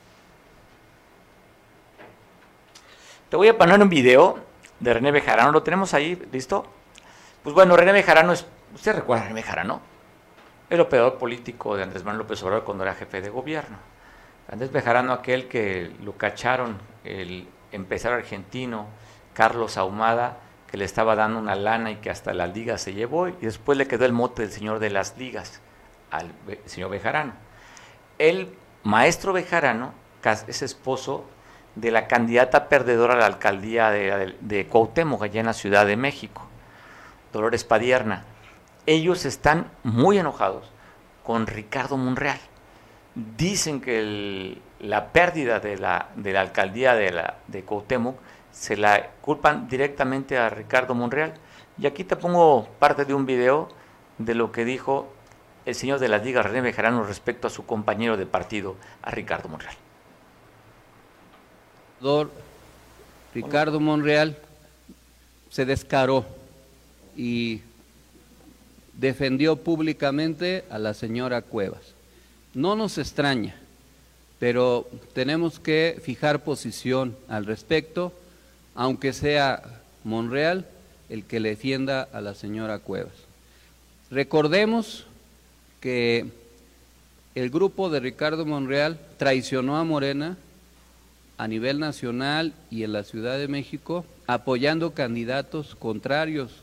Te voy a poner un video de René Bejarano, ¿lo tenemos ahí? ¿Listo? Pues bueno, René Bejarano es Usted recuerda a René Bejarano, el operador político de Andrés Manuel López Obrador cuando era jefe de gobierno. Andrés Bejarano, aquel que lo cacharon, el empresario argentino Carlos Ahumada, que le estaba dando una lana y que hasta las ligas se llevó, y después le quedó el mote del señor de las ligas al señor Bejarano. El maestro Bejarano es esposo de la candidata perdedora a la alcaldía de, de, de Cuauhtémoc, allá en la Ciudad de México, Dolores Padierna. Ellos están muy enojados con Ricardo Monreal. Dicen que el, la pérdida de la, de la alcaldía de, la, de Cuauhtémoc se la culpan directamente a Ricardo Monreal. Y aquí te pongo parte de un video de lo que dijo el señor de las ligas, René Bejarano, respecto a su compañero de partido, a Ricardo Monreal. Ricardo Monreal se descaró y defendió públicamente a la señora Cuevas. No nos extraña, pero tenemos que fijar posición al respecto, aunque sea Monreal el que le defienda a la señora Cuevas. Recordemos que el grupo de Ricardo Monreal traicionó a Morena a nivel nacional y en la Ciudad de México, apoyando candidatos contrarios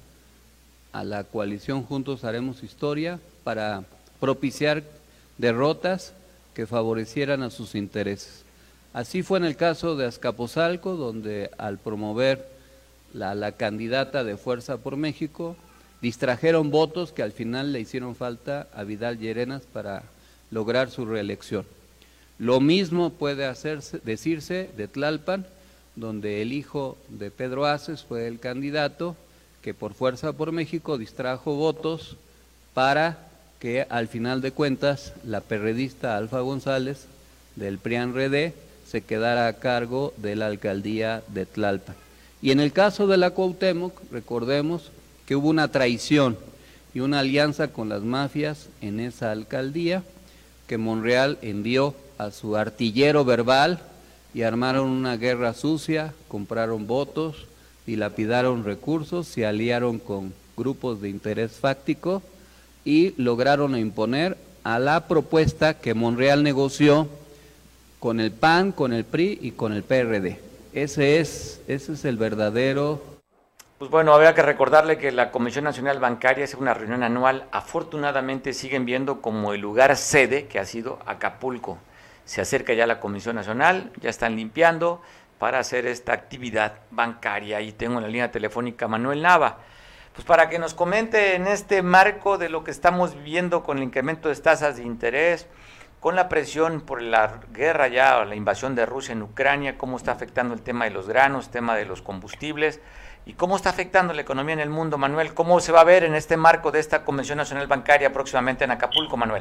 a la coalición Juntos Haremos Historia para propiciar derrotas que favorecieran a sus intereses. Así fue en el caso de Azcapotzalco, donde al promover la, la candidata de Fuerza por México, distrajeron votos que al final le hicieron falta a Vidal Llerenas para lograr su reelección. Lo mismo puede hacerse, decirse de Tlalpan, donde el hijo de Pedro Aces fue el candidato que por Fuerza por México distrajo votos para que al final de cuentas la perredista Alfa González del P R I A N R D se quedara a cargo de la alcaldía de Tlalpan. Y en el caso de la Cuauhtémoc, recordemos que hubo una traición y una alianza con las mafias en esa alcaldía, que Monreal envió a su artillero verbal y armaron una guerra sucia, compraron votos, dilapidaron recursos, se aliaron con grupos de interés fáctico y lograron imponer a la propuesta que Monreal negoció con el P A N, con el P R I y con el P R D. Ese es, ese es el verdadero... Pues bueno, habría que recordarle que la Comisión Nacional Bancaria es una reunión anual. Afortunadamente siguen viendo como el lugar sede que ha sido Acapulco. Se acerca ya la Comisión Nacional, ya están limpiando para hacer esta actividad bancaria. Y tengo en la línea telefónica a Manuel Nava, pues para que nos comente en este marco de lo que estamos viviendo con el incremento de tasas de interés, con la presión por la guerra ya, la invasión de Rusia en Ucrania, cómo está afectando el tema de los granos, el tema de los combustibles, y cómo está afectando la economía en el mundo. Manuel, ¿cómo se va a ver en este marco de esta Convención Nacional Bancaria próximamente en Acapulco, Manuel?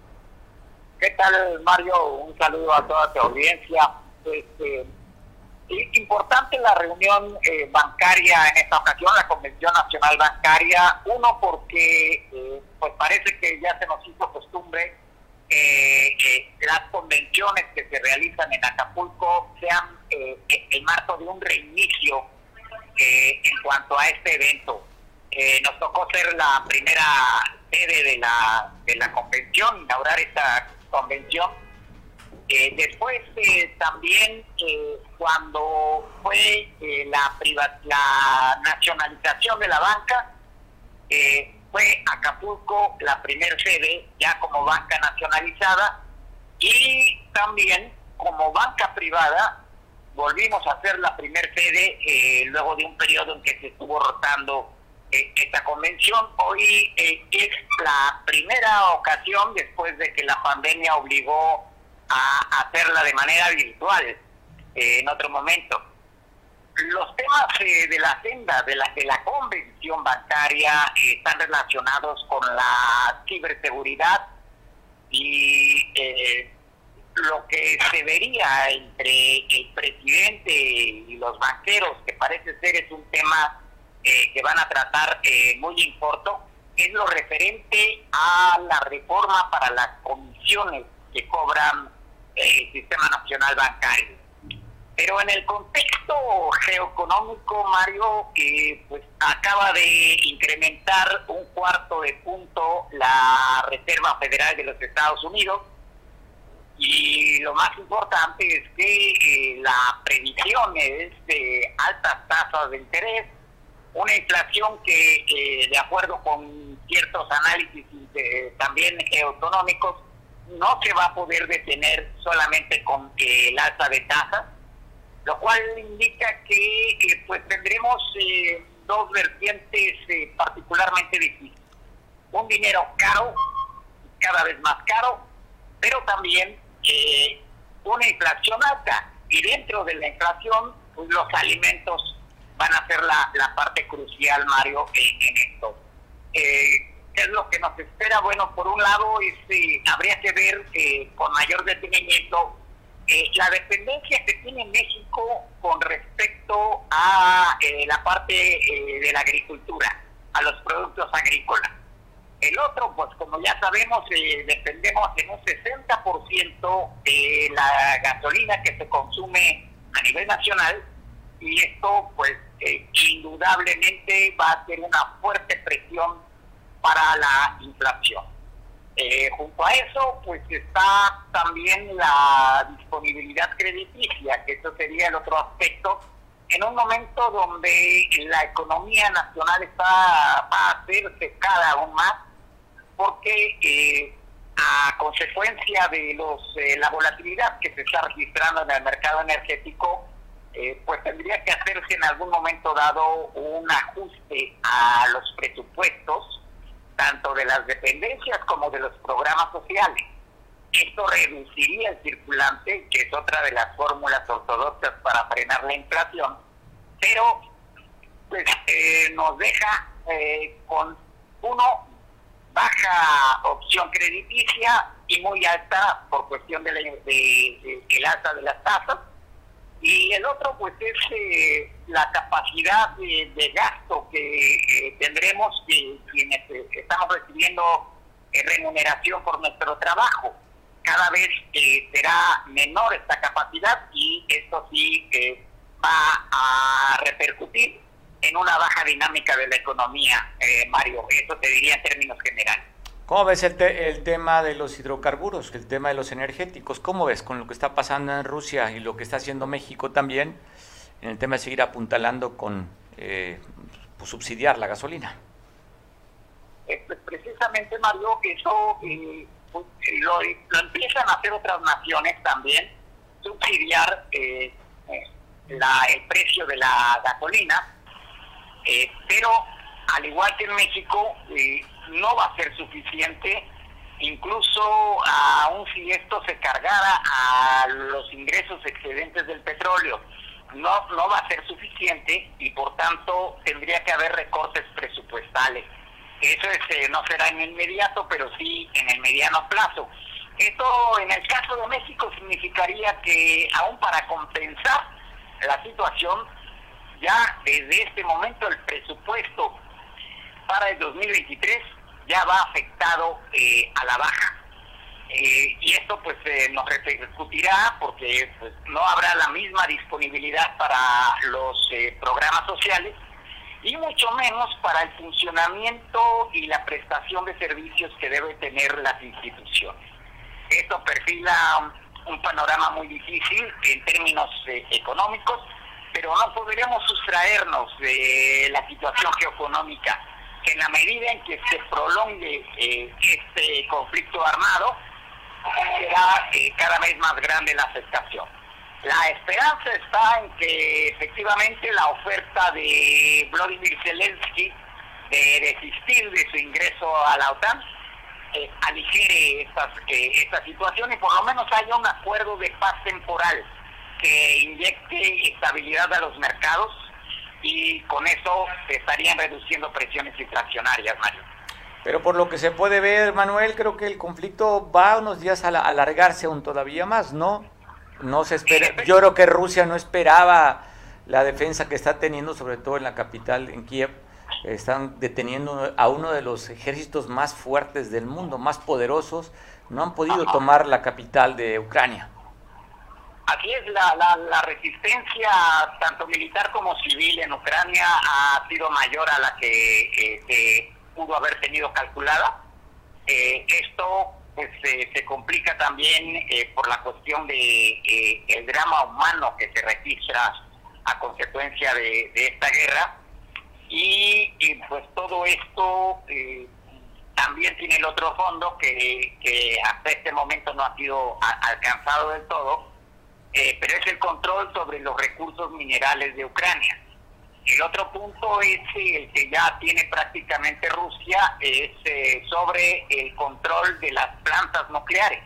¿Qué tal, Mario? Un saludo a toda tu audiencia. Este, importante la reunión eh, bancaria en esta ocasión, la Convención Nacional Bancaria. Uno, porque eh, pues parece que ya se nos hizo costumbre eh, eh, las convenciones que se realizan en Acapulco sean eh, el marco de un reinicio eh, en cuanto a este evento. Eh, nos tocó ser la primera sede de la, de la convención, inaugurar esta convención. Eh, después eh, también eh, cuando fue eh, la, priva la nacionalización de la banca, eh, fue Acapulco la primera sede ya como banca nacionalizada, y también como banca privada volvimos a ser la primera sede eh, luego de un periodo en que se estuvo rotando eh, esta convención. Hoy eh, es la primera ocasión después de que la pandemia obligó a hacerla de manera virtual eh, en otro momento. Los temas eh, de la agenda de la, de la convención bancaria eh, están relacionados con la ciberseguridad y eh, lo que se vería entre el presidente y los banqueros, que parece ser es un tema eh, que van a tratar eh, muy en corto, es lo referente a la reforma para las comisiones que cobran el Sistema Nacional Bancario. Pero en el contexto geoeconómico, Mario, eh, pues acaba de incrementar un cuarto de punto la Reserva Federal de los Estados Unidos, y lo más importante es que eh, la previsión es de altas tasas de interés, una inflación que, eh, de acuerdo con ciertos análisis de, también geoeconómicos, no se va a poder detener solamente con eh, el alza de tasas, lo cual indica que eh, pues tendremos eh, dos vertientes eh, particularmente difíciles. Un dinero caro, cada vez más caro, pero también eh, una inflación alta. Y dentro de la inflación, pues los alimentos van a ser la, la parte crucial, Mario, en, en esto. Eh, ¿Qué es lo que nos espera? Bueno, por un lado, es, eh, habría que ver eh, con mayor detenimiento Eh, la dependencia que tiene México con respecto a eh, la parte eh, de la agricultura, a los productos agrícolas. El otro, pues como ya sabemos, eh, dependemos en un sesenta por ciento de la gasolina que se consume a nivel nacional, y esto pues eh, indudablemente va a ser una fuerte presión para la inflación. Eh, junto a eso, pues está también la disponibilidad crediticia, que eso sería el otro aspecto, en un momento donde la economía nacional está, va a ser secada aún más, porque eh, a consecuencia de los eh, la volatilidad que se está registrando en el mercado energético, eh, pues tendría que hacerse en algún momento dado un ajuste a los presupuestos, tanto de las dependencias como de los programas sociales. Esto reduciría el circulante, que es otra de las fórmulas ortodoxas para frenar la inflación, pero pues eh, nos deja eh, con uno, baja opción crediticia y muy alta por cuestión de, la, de, de, de el alza de las tasas, y el otro pues es eh, la capacidad de, de gasto que eh, tendremos que quienes eh, estamos recibiendo eh, remuneración por nuestro trabajo. Cada vez eh, será menor esta capacidad, y esto sí eh, va a repercutir en una baja dinámica de la economía, eh, Mario. Eso te diría en términos generales. ¿Cómo ves el, te el tema de los hidrocarburos, el tema de los energéticos? ¿Cómo ves con lo que está pasando en Rusia y lo que está haciendo México también en el tema de seguir apuntalando con eh, pues, subsidiar la gasolina? Eh, pues precisamente, Mario, eso eh, pues, lo, lo empiezan a hacer otras naciones también, subsidiar eh, eh, la, el precio de la gasolina, eh, pero al igual que en México, eh, no va a ser suficiente, incluso aun si esto se cargara a los ingresos excedentes del petróleo, no, no va a ser suficiente, y por tanto tendría que haber recortes presupuestales. Eso es, eh, no será en el inmediato, pero sí en el mediano plazo. Esto en el caso de México significaría que aún para compensar la situación, ya desde este momento el presupuesto para el dos mil veintitrés ya va afectado eh, a la baja. Eh, y esto pues eh, nos repercutirá porque pues, no habrá la misma disponibilidad para los eh, programas sociales, y mucho menos para el funcionamiento y la prestación de servicios que deben tener las instituciones. Esto perfila un, un panorama muy difícil en términos eh, económicos, pero no podremos sustraernos de la situación geoeconómica, que en la medida en que se prolongue eh, este conflicto armado, será eh, cada vez más grande la afectación. La esperanza está en que efectivamente la oferta de Volodymyr Zelensky de desistir de su ingreso a la OTAN eh, aligere estas, eh, esta situación, y por lo menos haya un acuerdo de paz temporal que inyecte estabilidad a los mercados, y con eso se estarían reduciendo presiones inflacionarias, Mario. Pero por lo que se puede ver, Manuel, creo que el conflicto va unos días a la, alargarse aún todavía más, ¿no? No se espera. Yo creo que Rusia no esperaba la defensa que está teniendo, sobre todo en la capital, en Kiev. Están deteniendo a uno de los ejércitos más fuertes del mundo, más poderosos. No han podido tomar la capital de Ucrania. Así es, la, la, la resistencia tanto militar como civil en Ucrania ha sido mayor a la que eh, se pudo haber tenido calculada. Eh, esto pues eh, se complica también eh, por la cuestión de eh, el drama humano que se registra a consecuencia de, de esta guerra, y, y pues todo esto eh, también tiene el otro fondo que, que hasta este momento no ha sido a, alcanzado del todo. Eh, pero es el control sobre los recursos minerales de Ucrania. El otro punto es el que ya tiene prácticamente Rusia, es eh, sobre el control de las plantas nucleares.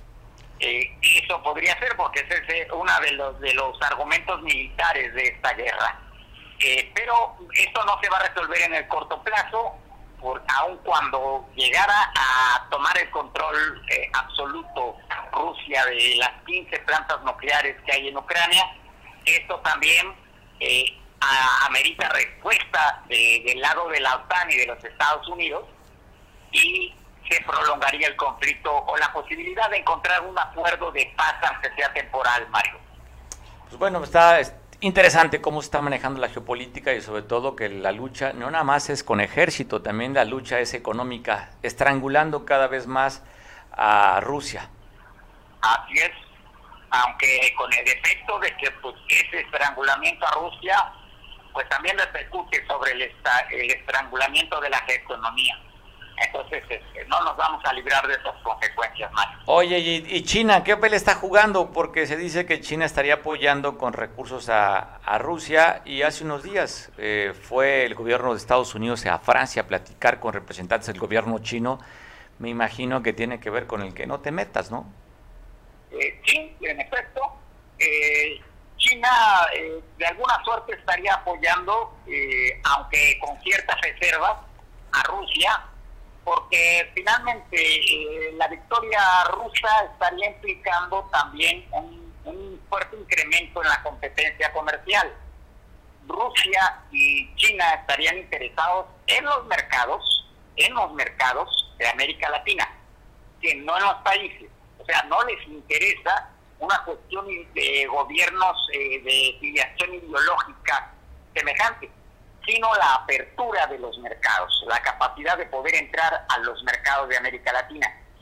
Eh, eso podría ser porque ese es uno de los, de los argumentos militares de esta guerra. Eh, pero esto no se va a resolver en el corto plazo, por, aun cuando llegara a tomar el control eh, absoluto Rusia de las quince plantas nucleares que hay en Ucrania. Esto también eh, a, amerita respuesta de, del lado de la OTAN y de los Estados Unidos, y se prolongaría el conflicto o la posibilidad de encontrar un acuerdo de paz, aunque sea temporal, Mario. Pues bueno, está interesante cómo se está manejando la geopolítica, y sobre todo que la lucha no nada más es con ejército, también la lucha es económica, estrangulando cada vez más a Rusia. Así es, aunque con el efecto de que pues, ese estrangulamiento a Rusia pues también repercute sobre el, esta, el estrangulamiento de la economía. Entonces este, no nos vamos a librar de esas consecuencias, Mario. Oye, ¿y, y China qué papel está jugando? Porque se dice que China estaría apoyando con recursos a, a Rusia, y hace unos días eh, fue el gobierno de Estados Unidos a Francia a platicar con representantes del gobierno chino. Me imagino que tiene que ver con el que no te metas, ¿no? Eh, sí, en efecto. Eh, China eh, de alguna suerte estaría apoyando, eh, aunque con ciertas reservas, a Rusia, porque finalmente eh, la victoria rusa estaría implicando también un, un fuerte incremento en la competencia comercial. Rusia y China estarían interesados en los mercados, en los mercados de América Latina, que no en los países. O sea, no les interesa una cuestión de gobiernos eh, de filiación ideológica semejante, sino la apertura de los mercados, la capacidad de poder entrar a los mercados de América Latina.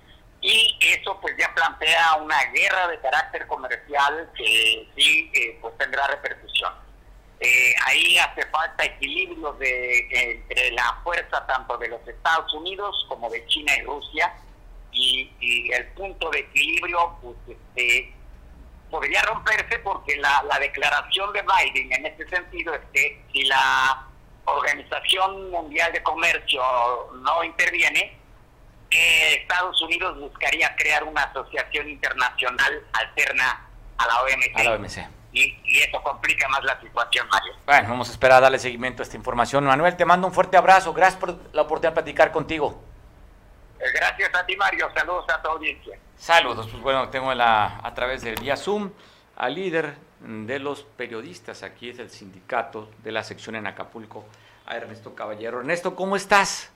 Y eso pues ya plantea una guerra de carácter comercial que sí eh, pues tendrá repercusión. Eh, ahí hace falta equilibrio de, entre la fuerza tanto de los Estados Unidos como de China y Rusia, y, y el punto de equilibrio pues este podría romperse porque la, la declaración de Biden en este sentido es que si la Organización Mundial de Comercio no interviene, eh, Estados Unidos buscaría crear una asociación internacional alterna a la O M C. A la O M C. Y, y eso complica más la situación, Mario. Bueno, vamos a esperar a darle seguimiento a esta información. Manuel, te mando un fuerte abrazo. Gracias por la oportunidad de platicar contigo. Gracias a ti, Mario. Saludos a tu audiencia. Saludos. Pues bueno, tengo la, a través del vía Zoom al líder de los periodistas aquí del sindicato de la sección en Acapulco, a Ernesto Caballero. Ernesto, ¿cómo estás?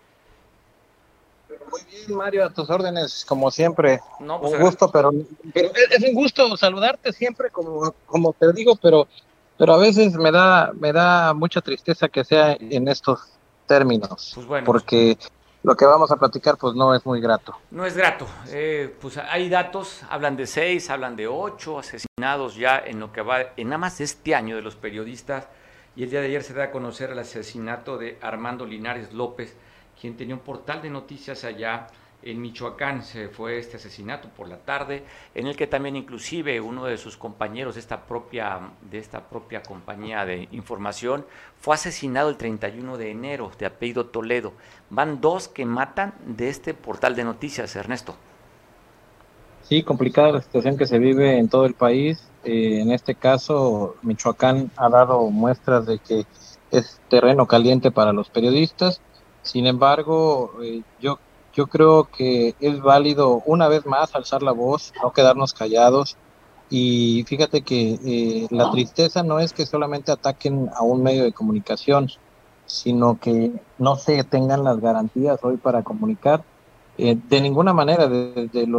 Muy bien, Mario, a tus órdenes, como siempre. No, pues un gusto, pero, pero es, es un gusto saludarte siempre, como, como te digo, pero, pero a veces me da, me da mucha tristeza que sea en estos términos, pues bueno, porque lo que vamos a platicar pues no es muy grato. No es grato. Eh, pues hay datos, hablan de seis, hablan de ocho asesinados ya en lo que va, en nada más este año, de los periodistas, y el día de ayer se da a conocer el asesinato de Armando Linares López, quien tenía un portal de noticias allá en Michoacán. Se fue este asesinato por la tarde, en el que también inclusive uno de sus compañeros de esta propia, de esta propia compañía de información fue asesinado el treinta y uno de enero, de apellido Toledo. Van dos que matan de este portal de noticias, Ernesto. Sí, complicada la situación que se vive en todo el país. Eh, en este caso, Michoacán ha dado muestras de que es terreno caliente para los periodistas. Sin embargo, eh, yo Yo creo que es válido una vez más alzar la voz, no quedarnos callados. Y fíjate que eh, la tristeza no es que solamente ataquen a un medio de comunicación, sino que no se tengan las garantías hoy para comunicar. Eh, de ninguna manera, desde los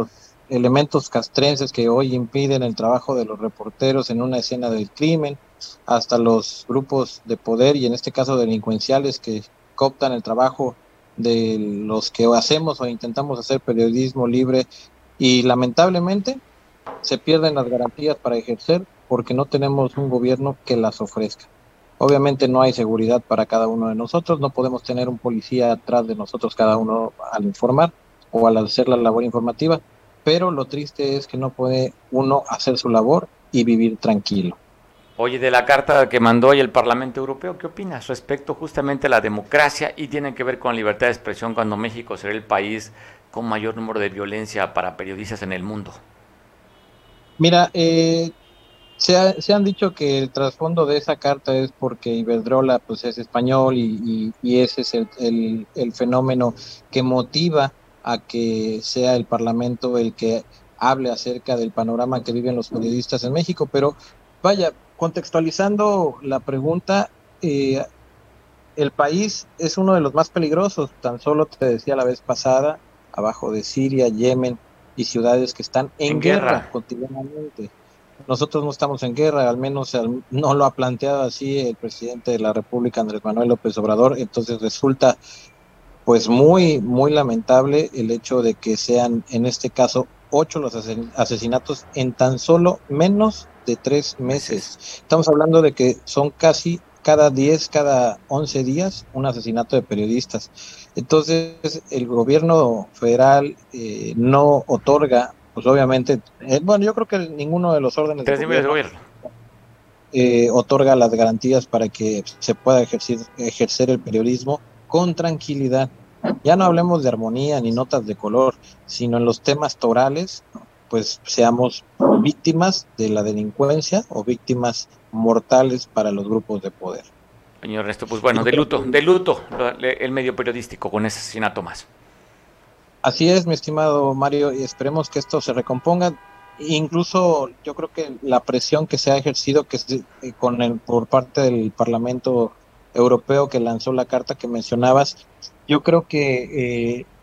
elementos castrenses que hoy impiden el trabajo de los reporteros en una escena del crimen, hasta los grupos de poder y en este caso delincuenciales que cooptan el trabajo de los que hacemos o intentamos hacer periodismo libre, y lamentablemente se pierden las garantías para ejercer porque no tenemos un gobierno que las ofrezca. Obviamente no hay seguridad para cada uno de nosotros, no podemos tener un policía atrás de nosotros cada uno al informar o al hacer la labor informativa, pero lo triste es que no puede uno hacer su labor y vivir tranquilo. Oye, de la carta que mandó hoy el Parlamento Europeo, ¿qué opinas respecto justamente a la democracia y tiene que ver con libertad de expresión cuando México será el país con mayor número de violencia para periodistas en el mundo? Mira, eh, se, ha, se han dicho que el trasfondo de esa carta es porque Iberdrola pues es español y, y, y ese es el, el, el fenómeno que motiva a que sea el Parlamento el que hable acerca del panorama que viven los periodistas en México, pero vaya, contextualizando la pregunta, eh, el país es uno de los más peligrosos, tan solo te decía la vez pasada, abajo de Siria, Yemen y ciudades que están en, en guerra, guerra cotidianamente. Nosotros no estamos en guerra, al menos no lo ha planteado así el presidente de la República, Andrés Manuel López Obrador, entonces resulta pues muy, muy lamentable el hecho de que sean en este caso ocho los asesinatos en tan solo menos de tres meses. Estamos hablando de que son casi cada diez, cada once días un asesinato de periodistas. Entonces el gobierno federal eh, no otorga, pues obviamente, eh, bueno, yo creo que ninguno de los órdenes del gobierno, gobierno. Eh, otorga las garantías para que se pueda ejercer, ejercer el periodismo con tranquilidad. Ya no hablemos de armonía ni notas de color, sino en los temas torales, pues seamos víctimas de la delincuencia o víctimas mortales para los grupos de poder. Señor Ernesto, pues bueno, de luto, de luto el medio periodístico con ese asesinato más. Así es, mi estimado Mario, y esperemos que esto se recomponga. Incluso yo creo que la presión que se ha ejercido que se, eh, con el, por parte del Parlamento Europeo que lanzó la carta que mencionabas, yo creo que eh,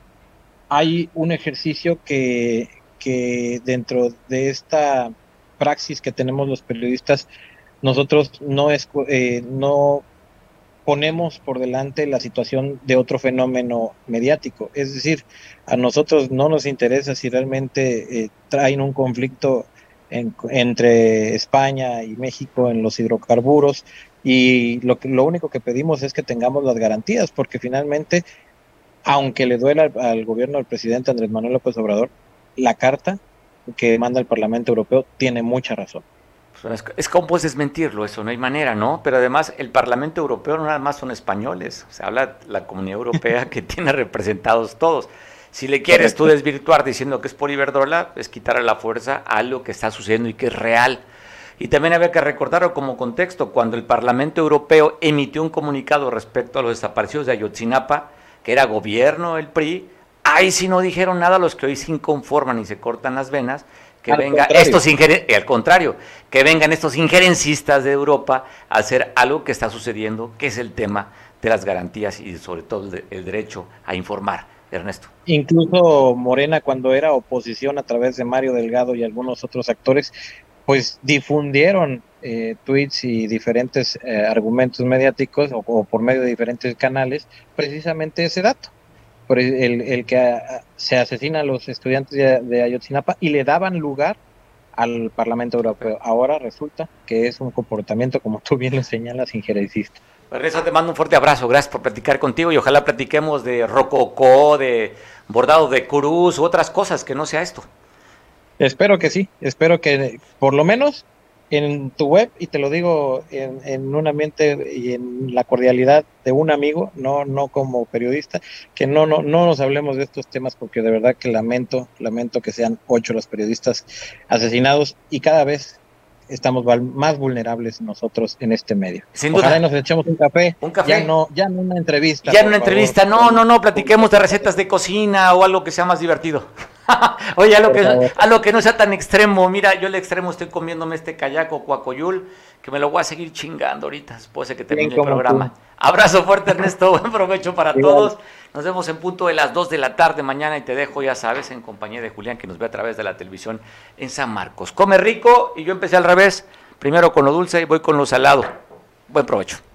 hay un ejercicio que, que dentro de esta praxis que tenemos los periodistas, nosotros no, es, eh, no ponemos por delante la situación de otro fenómeno mediático. Es decir, a nosotros no nos interesa si realmente eh, traen un conflicto en, entre España y México en los hidrocarburos, y lo, que, lo único que pedimos es que tengamos las garantías, porque finalmente, aunque le duela al, al gobierno del presidente Andrés Manuel López Obrador, la carta que manda el Parlamento Europeo tiene mucha razón. Es, es como puedes desmentirlo, eso no hay manera, ¿no? Pero además el Parlamento Europeo no nada más son españoles, se habla de la Comunidad Europea que tiene representados todos. Si le quieres tú desvirtuar diciendo que es por Iberdrola, es quitar a la fuerza algo que está sucediendo y que es real. Y también había que recordarlo como contexto, cuando el Parlamento Europeo emitió un comunicado respecto a los desaparecidos de Ayotzinapa, que era gobierno el P R I, ahí sí no dijeron nada los que hoy se inconforman y se cortan las venas, que al venga contrario. estos ingeren- al contrario, que vengan estos injerencistas de Europa a hacer algo que está sucediendo, que es el tema de las garantías y sobre todo el, de, el derecho a informar. Ernesto. Incluso Morena, cuando era oposición a través de Mario Delgado y algunos otros actores, pues difundieron eh, tweets y diferentes eh, argumentos mediáticos o, o por medio de diferentes canales, precisamente ese dato, por el, el que a, se asesina a los estudiantes de, de Ayotzinapa y le daban lugar al Parlamento Europeo. Ahora resulta que es un comportamiento, como tú bien lo señalas, injerencista. Ernesto, te mando un fuerte abrazo, gracias por platicar contigo y ojalá platiquemos de rococó, de bordado de cruz u otras cosas que no sea esto. Espero que sí, espero que por lo menos en tu web, y te lo digo en, en un ambiente y en la cordialidad de un amigo, no no como periodista, que no no no nos hablemos de estos temas, porque de verdad que lamento, lamento que sean ocho los periodistas asesinados y cada vez estamos más vulnerables nosotros en este medio. Sin duda. Ojalá nos echemos un café, un café. Ya no, ya no una entrevista. Ya no una entrevista, no, no, no, platiquemos de recetas de cocina o algo que sea más divertido. Oye, a lo, que, a lo que no sea tan extremo, mira, yo el extremo estoy comiéndome este cayaco cuacoyul, que me lo voy a seguir chingando ahorita, después de que termine el programa. Tú. Abrazo fuerte, Ernesto, buen provecho para Igual. todos. Nos vemos en punto de las dos de la tarde mañana y te dejo, ya sabes, en compañía de Julián, que nos ve a través de la televisión en San Marcos. Come rico y yo empecé al revés, primero con lo dulce y voy con lo salado. Buen provecho.